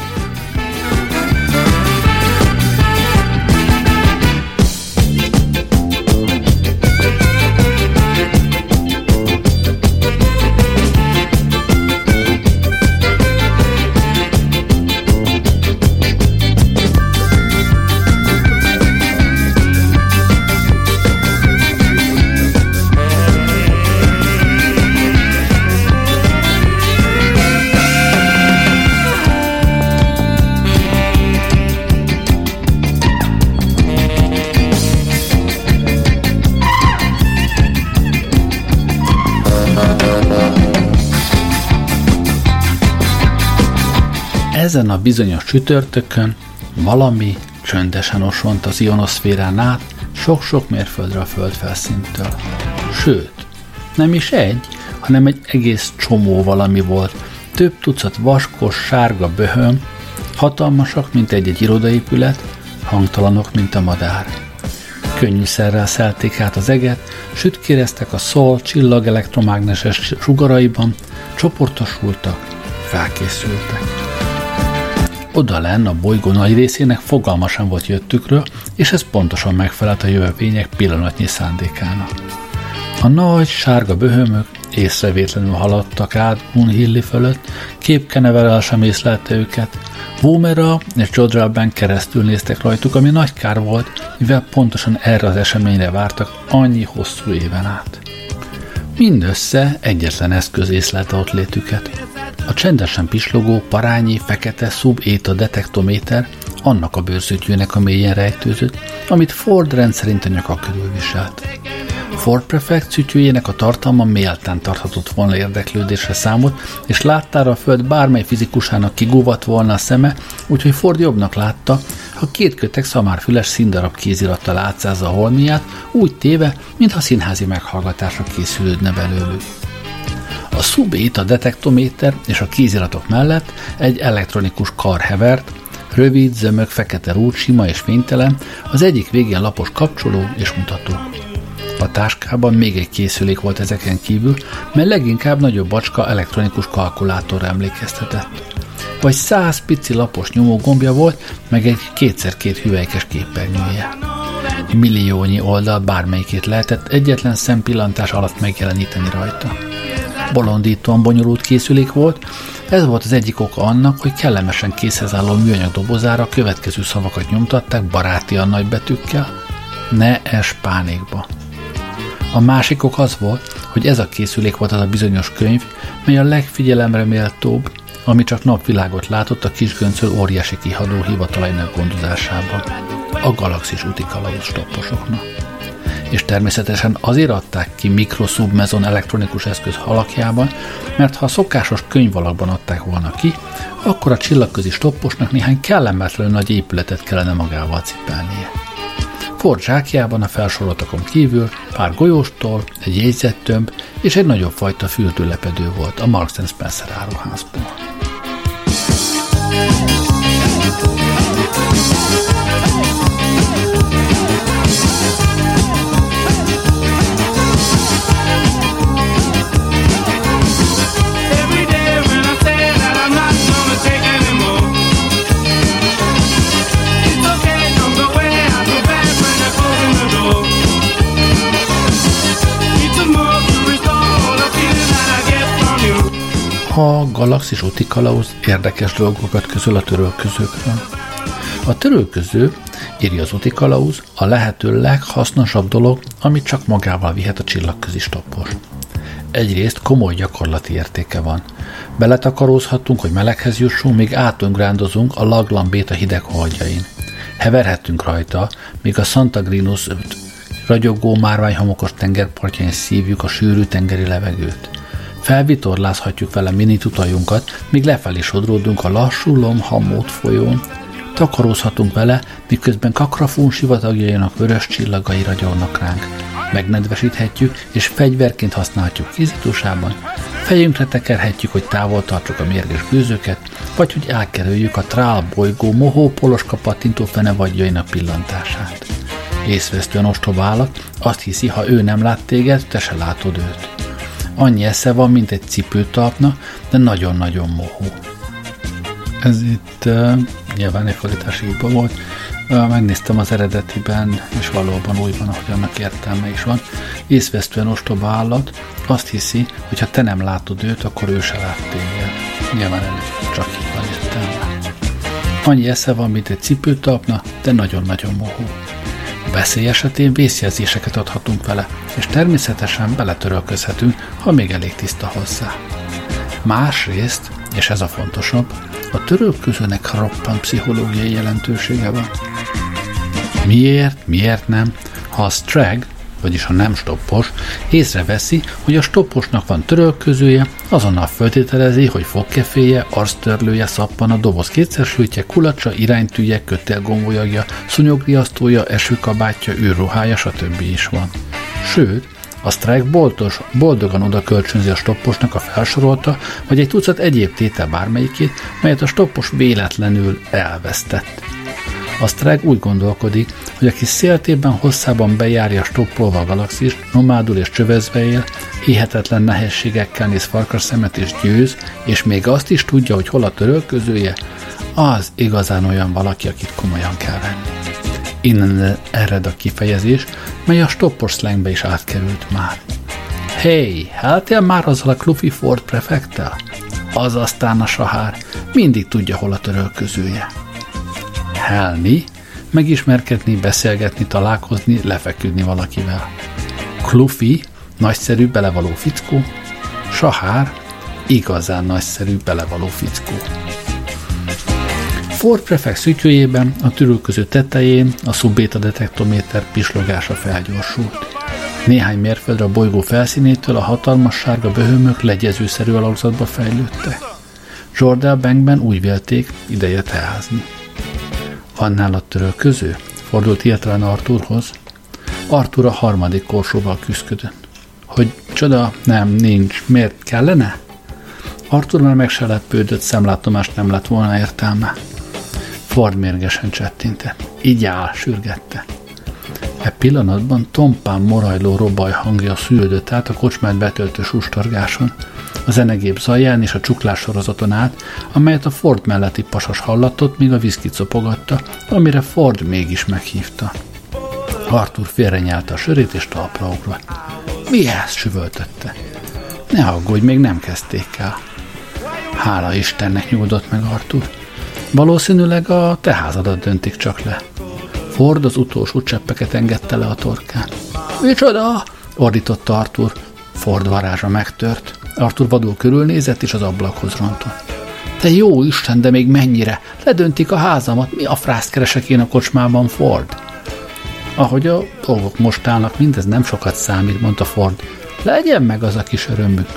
Ezen a bizonyos csütörtökön valami csöndesen osont az ionoszférán át sok-sok mérföldre a földfelszíntől. Sőt, nem is egy, hanem egy egész csomó valami volt. Több tucat vaskos, sárga böhöm, hatalmasak, mint egy-egy irodaépület, hangtalanok, mint a madár. Könnyűszerrel szelték át az eget, sütkéreztek a szól csillag elektromágneses sugaraiban, csoportosultak, felkészültek. Oda lenn a bolygó nagy részének fogalma sem volt jöttükről, és ez pontosan megfelelt a jövevények pillanatnyi szándékának. A nagy, sárga böhömök észrevétlenül haladtak át Moonhilli fölött, képkeneverrel sem észlelte őket. Woomera és Jodrellben keresztül néztek rajtuk, ami nagy kár volt, mivel pontosan erre az eseményre vártak annyi hosszú éven át. Mindössze egyetlen eszköz észlelte ott létüket. A csendesen pislogó, parányi, fekete szub-éta detektométer annak a bőrszütyőnek a mélyen rejtőzött, amit Ford rendszerint a nyaka körül viselt. Ford prefekt szütyőjének a tartalma méltán tarthatott volna érdeklődésre számot, és láttára a föld bármely fizikusának kigúvatt volna a szeme, úgyhogy Ford jobbnak látta, ha két kötek szamárfüles színdarab kézirattal átszázza a holmiát, úgy téve, mintha színházi meghallgatásra készülődne belőlük. A szub-éta detektométer és a kéziratok mellett egy elektronikus kar hevert, rövid, zömök, fekete rúd, sima és fénytelen, az egyik végén lapos kapcsoló és mutató. A táskában még egy készülék volt ezeken kívül, mely leginkább nagyobb bacska elektronikus kalkulátorra emlékeztetett. Vagy száz pici lapos nyomógombja volt, meg egy kétszer két hüvelykes képernyője. Milliónyi oldal bármelyikét lehetett egyetlen szempillantás alatt megjeleníteni rajta. Bolondítóan bonyolult készülék volt, Ez volt az egyik oka annak, hogy kellemesen készhez álló műanyag dobozára a következő szavakat nyomtatták barátian nagybetűkkel: ne es pánikba. A másik ok az volt, hogy ez a készülék volt az a bizonyos könyv, mely a legfigyelemre méltóbb, ami csak napvilágot látott a kisgöncöl óriási kihadó hivatalainak gondozásában, a Galaxis útikalauz stopposoknak. És természetesen azért adták ki mikroszubmezon elektronikus eszköz alakjában, mert ha a szokásos könyvalakban adták volna ki, akkor a csillagközi stopposnak néhány kellemetlenül nagy épületet kellene magával cipelnie. Ford zsákjában a felsoroltakon kívül pár golyóstól, egy jegyzettömb és egy nagyobb fajta fürdőlepedő volt a Marks and Spencer áruházból. A Galaxis útikalauz érdekes dolgokat közöl a törölközőkről. A törölköző, írja az útikalauz, a lehető leghasznosabb dolog, amit csak magával vihet a csillagközi stoppos. Egyrészt komoly gyakorlati értéke van. Beletakarózhatunk, hogy meleghez jussunk, még átungrándozunk a Laglambéta hideg holdjain. Heverhetünk rajta, míg a Santa Grinus ragyogó márványhomokos tengerpartjain szívjuk a sűrű tengeri levegőt. Felvitorlázhatjuk vele mini tutajunkat, míg lefelé sodródunk a lassú Lomhamót folyón. Takarózhatunk vele, miközben Kakrafún sivatagjainak vörös csillagai ragyognak ránk. Megnedvesíthetjük, és fegyverként használhatjuk kézítósában. Fejünkre tekerhetjük, hogy távol tartsuk a mérges gőzöket, vagy hogy elkerüljük a Trál bolygó mohó poloska pattintó fenevadjainak pillantását. Észvesztően ostoba állat, azt hiszi, ha ő nem lát téged, te se látod őt. Annyi esze van, mint egy cipőtalpna, de nagyon-nagyon mohó. Ez itt uh, nyilván egy fordítási hiba volt. Uh, megnéztem az eredetiben, és valóban úgy van, ahogy annak értelme is van. Észvesztően ostoba állat azt hiszi, hogy ha te nem látod őt, akkor ő se lát téged. Nyilván ennek csak így van értelme. Annyi esze van, mint egy cipőtalpna, de nagyon-nagyon mohó. Veszély esetén vészjelzéseket adhatunk vele, és természetesen beletörölközhetünk, ha még elég tiszta hozzá. Másrészt, és ez a fontosabb, a törölközőnek roppant pszichológiai jelentősége van. Miért, miért nem? Ha a strag, vagyis a nem stoppos, észreveszi, hogy a stopposnak van törölközője, azonnal föltételezi, hogy fogkeféje, arctörlője, szappana, doboz kétszersültje, kulacsa, iránytűje, kötélgombólyagja, szúnyogriasztója, esőkabátja, űrruhája, stb. Is van. Sőt, a strike boltos, boldogan oda kölcsönzi a stopposnak a felsorolta, vagy egy tucat egyéb tétel bármelyikét, melyet a stoppos véletlenül elvesztett. A strike úgy gondolkodik, hogy aki széltében hosszában bejárja stoppolva a galaxist, nomádul és csövezve él, hihetetlen nehézségekkel néz farkasszemet és győz, és még azt is tudja, hogy hol a törölközője, az igazán olyan valaki, akit komolyan kell venni. Innen ered a kifejezés, mely a stoppos slangbe is átkerült már. Hey, heltél már azzal a Cluffy Ford prefektel? Az aztán a sahár, mindig tudja, hol a törölközője. Helni, megismerkedni, beszélgetni, találkozni, lefeküdni valakivel. Cluffy, nagyszerű, belevaló fickó. Sahár, igazán nagyszerű, belevaló fickó. Ford prefekt szütyőjében, a törölköző tetején a szubéta detektométer pislogása felgyorsult. Néhány mérföldre a bolygó felszínétől a hatalmas sárga böhömök legyezőszerű alakzatba fejlődtek. Jordel Bankben úgy vélték, ideje teázni. Van nálad törölköző? Fordult hirtelen Arthurhoz. Arthur a harmadik korsóval küszködött. Hogy csoda, nem, nincs. Miért kellene? Arthur már meg se lepődött, szemlátomást nem lett volna értelme. Ford mérgesen csettintett. Így áll, sürgette. E pillanatban tompán morajló robaj hangja szűrődött át a kocsmát betöltő sustorgáson, a zenegép zaján és a csuklás sorozaton át, amelyet a Ford melletti pasas hallatott, míg a viszkit szopogatta, amire Ford mégis meghívta. Arthur félrenyelte a sörét és talpra ugrott. Mi ez? Süvöltötte. Ne aggódj, még nem kezdték el. Hála Istennek, nyugodott meg Arthur. Valószínűleg a te házadat döntik csak le. Ford az utolsó cseppeket engedte le a torkán. Micsoda? Ordította Arthur. Ford varázsa megtört. Arthur vadul körülnézett, és az ablakhoz rontott. Te jó Isten, de még mennyire? Ledöntik a házamat, mi a frászt keresek én a kocsmában, Ford? Ahogy a dolgok most állnak, mindez nem sokat számít, mondta Ford. Legyen meg az a kis örömük.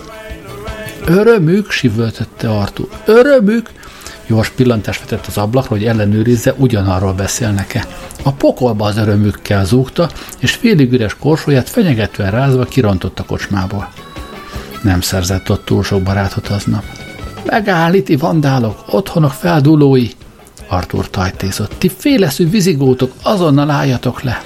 Örömük? Sivöltötte Arthur. Örömük? Gyors pillantást vetett az ablakra, hogy ellenőrizze, ugyanarról beszélnek-e. A pokolba az örömükkel zúgta, és félig üres korsóját fenyegetően rázva kirontott a kocsmából. Nem szerzett ott túl sok barátot aznap. Megállíti, vandálok, otthonok feldúlói! Arthur tajtézott. Ti féleszű vizigótok, azonnal álljatok le!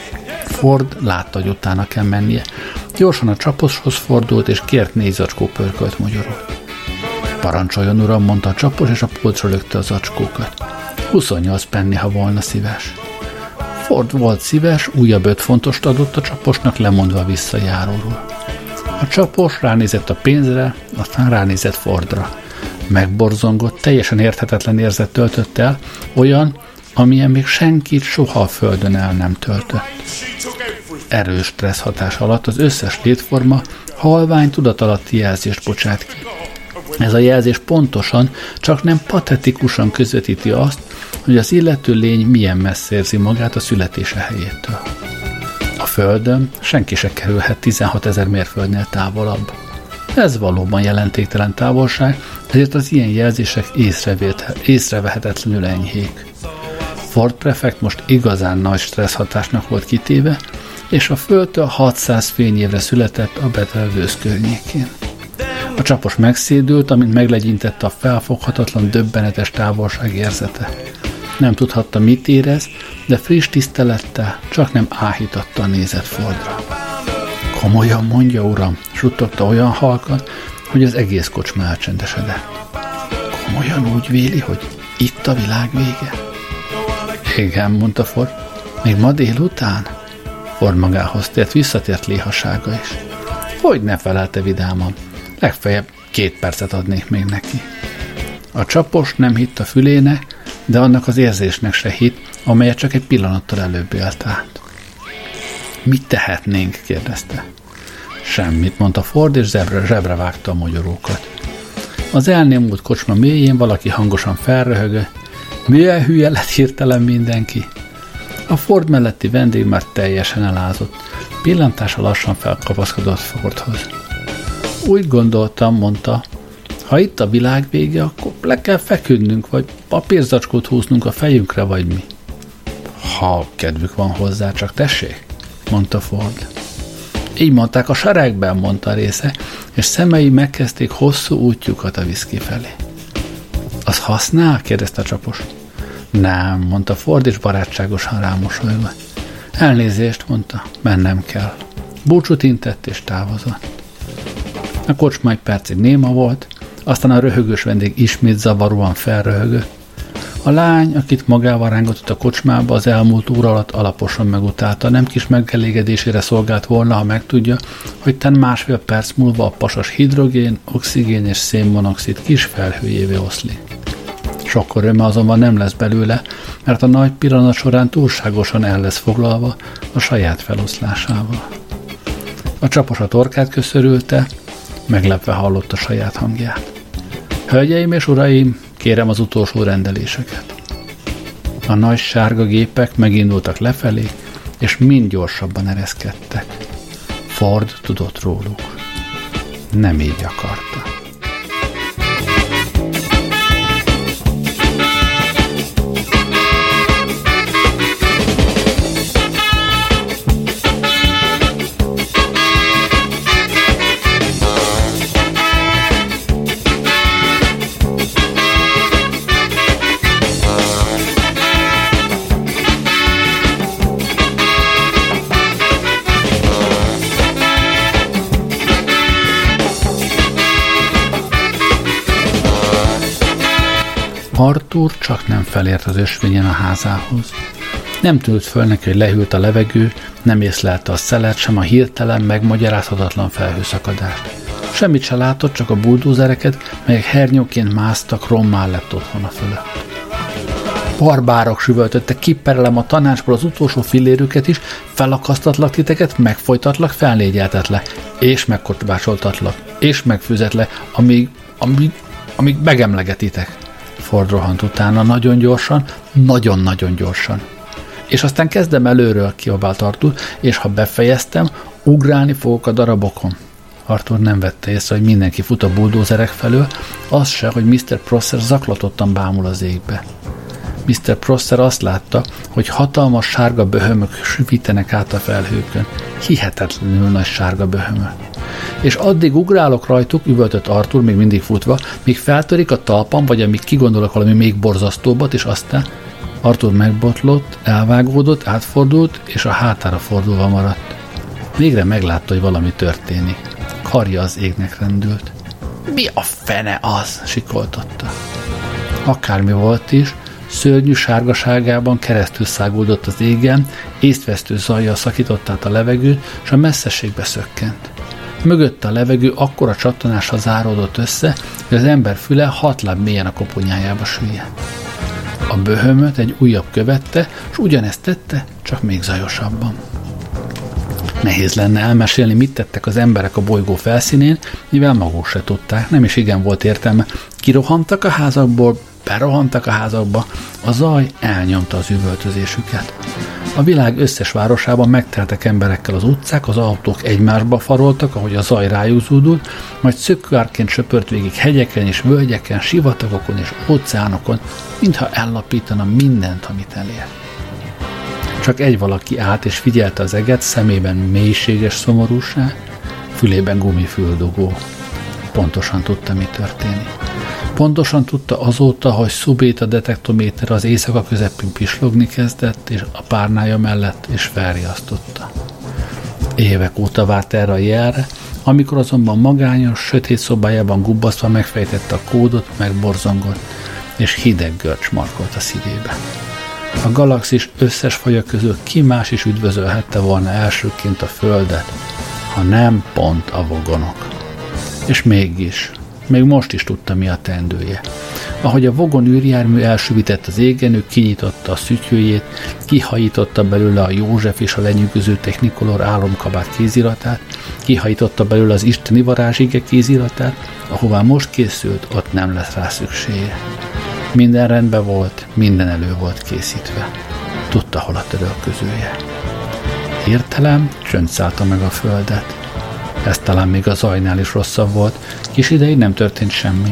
Ford látta, hogy utána kell mennie. Gyorsan a csaposhoz fordult, és kért négy zacskó pörkölt mogyorót. Parancsoljon, uram, mondta a csapos, és a polcra lökte a zacskókat. huszonnyolc penni, ha volna szíves. Ford volt szíves, újabb öt fontost adott a csaposnak, lemondva a visszajáróról. A csapos ránézett a pénzre, aztán ránézett Fordra. Megborzongott, teljesen érthetetlen érzet töltött el, olyan, amilyen még senkit soha a földön el nem töltött. Erős stressz hatás alatt az összes létforma halvány tudatalatti jelzést bocsát ki. Ez a jelzés pontosan, csak nem patetikusan közvetíti azt, hogy az illető lény milyen messze érzi magát a születése helyétől. A Földön senki se kerülhet tizenhatezer mérföldnél távolabb. Ez valóban jelentéktelen távolság, ezért az ilyen jelzések észrevehetetlenül enyhék. Ford prefekt most igazán nagy stressz hatásnak volt kitéve, és a Földtől hatszáz fényévre született a Betelgeuse környékén. A csapos megszédült, amint meglegyintette a felfoghatatlan, döbbenetes távolság érzete. Nem tudhatta, mit érez, de friss tisztelettel csak nem áhítattal nézett Fordra. Komolyan mondja, uram, suttogta olyan halkan, hogy az egész kocsma elcsendesedett. Komolyan úgy véli, hogy itt a világ vége? Igen, mondta Ford. Még ma délután? Ford magához tért, visszatért léhasága is. Hogy ne felelte vidáman? Legfeljebb két percet adnék még neki. A csapos nem hitt a fülének, de annak az érzésnek se hitt, amelyet csak egy pillanattal előbb élt át. Mit tehetnénk? Kérdezte. Semmit, mondta Ford, és zsebre, zsebre vágta a mogyorókat. Az elnémult kocsma mélyén valaki hangosan felröhögött. Milyen hülye lett hirtelen mindenki? A Ford melletti vendég már teljesen elázott. Pillantása lassan felkapaszkodott Fordhoz. Úgy gondoltam, mondta, ha itt a világ vége, akkor le kell feküdnünk, vagy papírzacskót húznunk a fejünkre, vagy mi. Ha kedvük van hozzá, csak tessék, mondta Ford. Így mondták a seregben, mondta a része, és szemei megkezdték hosszú útjukat a viszki felé. Az használ? Kérdezte a csapos. Nem, mondta Ford, és barátságosan rámosolygott. Elnézést, mondta, mennem kell. Búcsút intett, és távozott. A kocsma egy percig néma volt, aztán a röhögős vendég ismét zavaróan felröhögött. A lány, akit magával rángatott a kocsmába, az elmúlt óra alatt alaposan megutálta, nem kis megelégedésére szolgált volna, ha megtudja, hogy tán másfél perc múlva a pasas hidrogén, oxigén és szénmonoxid kis felhőjévé oszlik. Sok öröme azonban nem lesz belőle, mert a nagy pillanat során túlságosan el lesz foglalva a saját feloszlásával. A csapos a torkát köszörülte, meglepve hallott a saját hangját. Hölgyeim és uraim, kérem az utolsó rendeléseket. A nagy sárga gépek megindultak lefelé, és mind gyorsabban ereszkedtek. Ford tudott róluk. Nem így akarta. Arthur csak nem felért az ösvényen a házához. Nem tűnt föl neki, hogy lehűlt a levegő, nem észlelte a szelet, sem a hirtelen, megmagyarázhatatlan felhőszakadást. Semmit se látott, csak a buldózereket, melyek hernyóként másztak rommá lett otthona fölött. Barbárok süvöltöttek, kiperelem a tanácsból az utolsó fillérüket is, felakasztatlak titeket, megfojtatlak, felnégyeltetlek, és megkorbácsoltatlak, és megfűzetlek, amíg, amíg, amíg megemlegetitek. Ford rohant utána nagyon gyorsan, nagyon-nagyon gyorsan. És aztán kezdem előről, kiabált Arthur, és ha befejeztem, ugrálni fogok a darabokon. Arthur nem vette észre, hogy mindenki fut a buldózerek felől, az se, hogy miszter Prosser zaklatottan bámul az égbe. miszter Prosser azt látta, hogy hatalmas sárga böhömök süvítenek át a felhőkön. Hihetetlenül nagy sárga böhömök. És addig ugrálok rajtuk, üvöltött Arthur, még mindig futva, míg feltörik a talpam, vagy amíg kigondolok valami még borzasztóbbat, és aztán Arthur megbotlott, elvágódott, átfordult, és a hátára fordulva maradt. Végre meglátta, hogy valami történik. Karja az égnek rendült. Mi a fene az? Sikoltotta. Akármi volt is, szörnyű sárgaságában keresztül száguldott az égen, észtvesztő zajjal szakított át a levegőt, és a messzeségbe szökkent. Mögötte a levegő akkora csattanással záródott össze, hogy az ember füle hat láb mélyen a koponyájába süllyedt. A böhömöt egy újabb követte, és ugyanezt tette, csak még zajosabban. Nehéz lenne elmesélni, mit tettek az emberek a bolygó felszínén, mivel maguk se tudták, nem is igen volt értelme. Kirohantak a házakból, berohantak a házakba, a zaj elnyomta az üvöltözésüket. A világ összes városában megteltek emberekkel az utcák, az autók egymásba faroltak, ahogy a zaj rájuk zúdult, majd szökőárként söpört végig hegyeken és völgyeken, sivatagokon és óceánokon, mintha ellapítana mindent, amit elér. Csak egy valaki állt és figyelte az eget, szemében mélységes szomorúság, fülében gumifüldugó. Pontosan tudta, mi történik. Pontosan tudta azóta, hogy szubéta detektométer az éjszaka közepén pislogni kezdett, és a párnája mellett, és felriasztotta. Évek óta várt erre a jelre, amikor azonban magányos, sötét szobájában gubbasztva megfejtette a kódot, megborzongott, és hideg görcs markolt a szívébe. A galaxis összes faja közül ki más is üdvözölhette volna elsőként a Földet, ha nem pont a vogonok. És mégis, még most is tudta, mi a teendője. Ahogy a vogon űrjármű elsüvített az égen, ő kinyitotta a szütyőjét, kihajította belőle a József és a lenyűgöző Technicolor álomkabát kéziratát, kihajította belőle az isteni varázsige kéziratát, ahová most készült, ott nem lesz rá szüksége. Minden rendben volt, minden elő volt készítve. Tudta, hol a törölközője. Hirtelen csönd szállta meg a földet. Ez talán még a zajnál is rosszabb volt. Kis ideig nem történt semmi.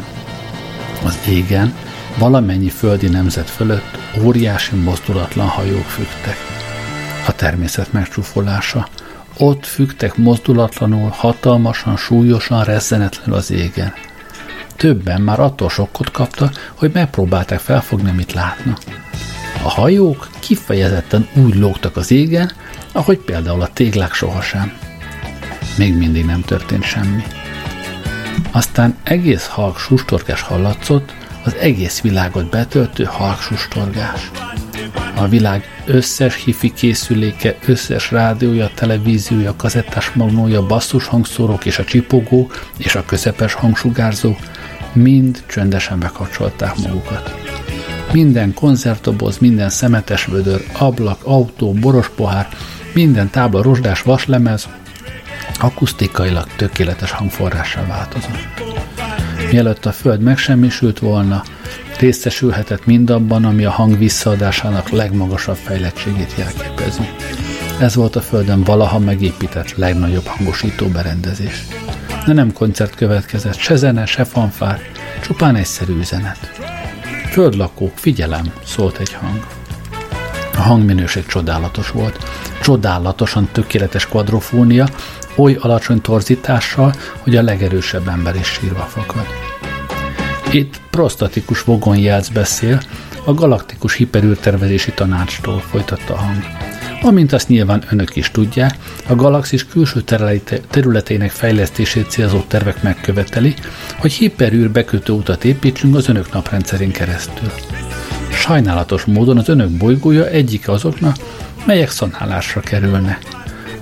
Az égen, valamennyi földi nemzet fölött óriási mozdulatlan hajók függtek. A természet megcsúfolása. Ott függtek mozdulatlanul, hatalmasan, súlyosan, rezzenetlenül az égen. Többen már attól sokkot kaptak, hogy megpróbálták felfogni, mit látnak. A hajók kifejezetten úgy lógtak az égen, ahogy például a téglák sohasem. Még mindig nem történt semmi. Aztán egész halk sustorgás hallatszott, az egész világot betöltő halk sustorgás. A világ összes hifi készüléke, összes rádiója, televíziója, kazettás magnója, basszus hangszórók és a csipogó és a közepes hangsugárzók mind csöndesen bekapcsolták magukat. Minden konzervdoboz, minden szemetes vödör, ablak, autó, boros pohár, minden tábla rozsdás vaslemez akusztikailag tökéletes hangforrássá változott. Mielőtt a föld megsemmisült volna, részesülhetett mindabban, ami a hang visszaadásának legmagasabb fejlettségét jelképezi. Ez volt a földön valaha megépített legnagyobb hangosító berendezés. De nem koncert következett, se zene, se fanfár, csupán egyszerű üzenet. Földlakók, figyelem, szólt egy hang. A hangminőség csodálatos volt. Csodálatosan tökéletes kvadrofónia, oly alacsony torzítással, hogy a legerősebb ember is sírva fakad. Itt prostatikus vogonjelc beszél, a galaktikus hiperűrtervezési tanácstól, folytatta a hang. Amint azt nyilván önök is tudják, a galaxis külső területének fejlesztését célzó tervek megköveteli, hogy hiperűr bekötő utat építsünk az önök naprendszerén keresztül. Sajnálatos módon az önök bolygója egyike azoknak, melyek szanálásra kerülnek.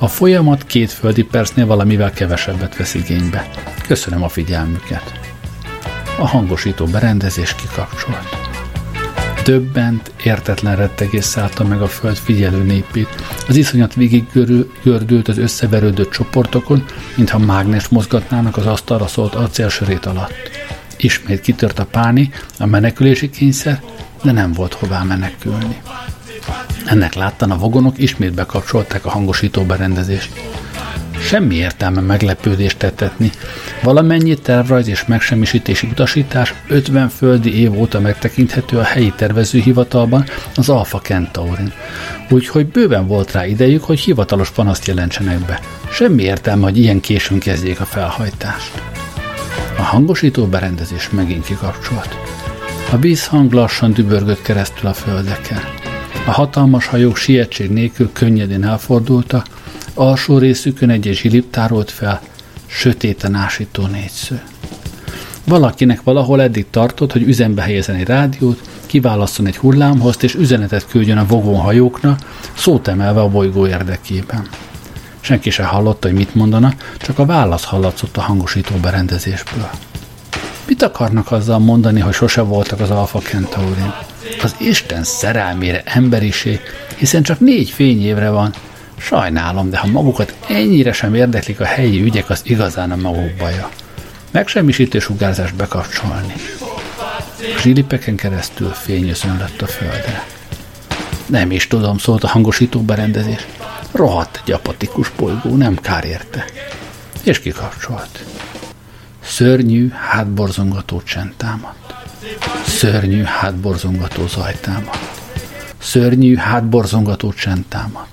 A folyamat két földi percnél valamivel kevesebbet vesz igénybe. Köszönöm a figyelmüket. A hangosító berendezés kikapcsolt. Döbbent, értetlen rettegés szállta meg a föld figyelő népét. Az iszonyat végig gördült az összeverődött csoportokon, mintha mágnes mozgatnának az asztalra szólt acélsörét alatt. Ismét kitört a pánik, a menekülési kényszer, de nem volt hová menekülni. Ennek láttán a vagonok ismét bekapcsolták a hangosító berendezést. Semmi értelme meglepődést tettetni. Valamennyi tervrajz és megsemmisítési utasítás ötven földi év óta megtekinthető a helyi tervezőhivatalban, az Alpha Centaurin. Úgyhogy bőven volt rá idejük, hogy hivatalos panaszt jelentsenek be. Semmi értelme, hogy ilyen későn kezdjék a felhajtást. A hangosító berendezés megint kikapcsolt. A vízhang lassan dübörgött keresztül a földeken. A hatalmas hajók sietség nélkül könnyedén elfordultak, alsó részükön egy-egy zsilip tárolt fel, sötéten ásító négysző. Valakinek valahol eddig tartott, hogy üzembe helyezzen egy rádiót, kiválasszon egy hullámhozt és üzenetet küldjön a vogóhajóknak, szót emelve a bolygó érdekében. Senki se hallotta, hogy mit mondana, csak a válasz hallatszott a hangosító berendezésből. Mit akarnak azzal mondani, hogy sose voltak az Alpha Centaurin? Az Isten szerelmére emberiség, hiszen csak négy fényévre van. Sajnálom, de ha magukat ennyire sem érdeklik a helyi ügyek, az igazán a maguk baja. Megsemmisítő sugárzást bekapcsolni. A zsilipeken keresztül fény özönlött a földre. Nem is tudom, szólt a hangosító berendezés. Rohadt egy apatikus bolygó, nem kár érte. És kikapcsolt. Szörnyű, hátborzongató csend támadt. Szörnyű, hátborzongató zaj támadt. Szörnyű, hátborzongató csend támadt.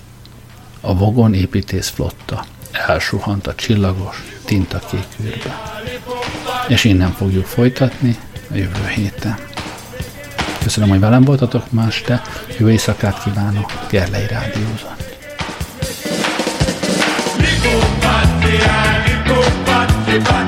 A vagon építész flotta elsuhant a csillagos, tintakék űrbe. És innen fogjuk folytatni a jövő héten. Köszönöm, hogy velem voltatok ma este. Jó éjszakát kívánok, Gerlei Rádiózott. Lipo,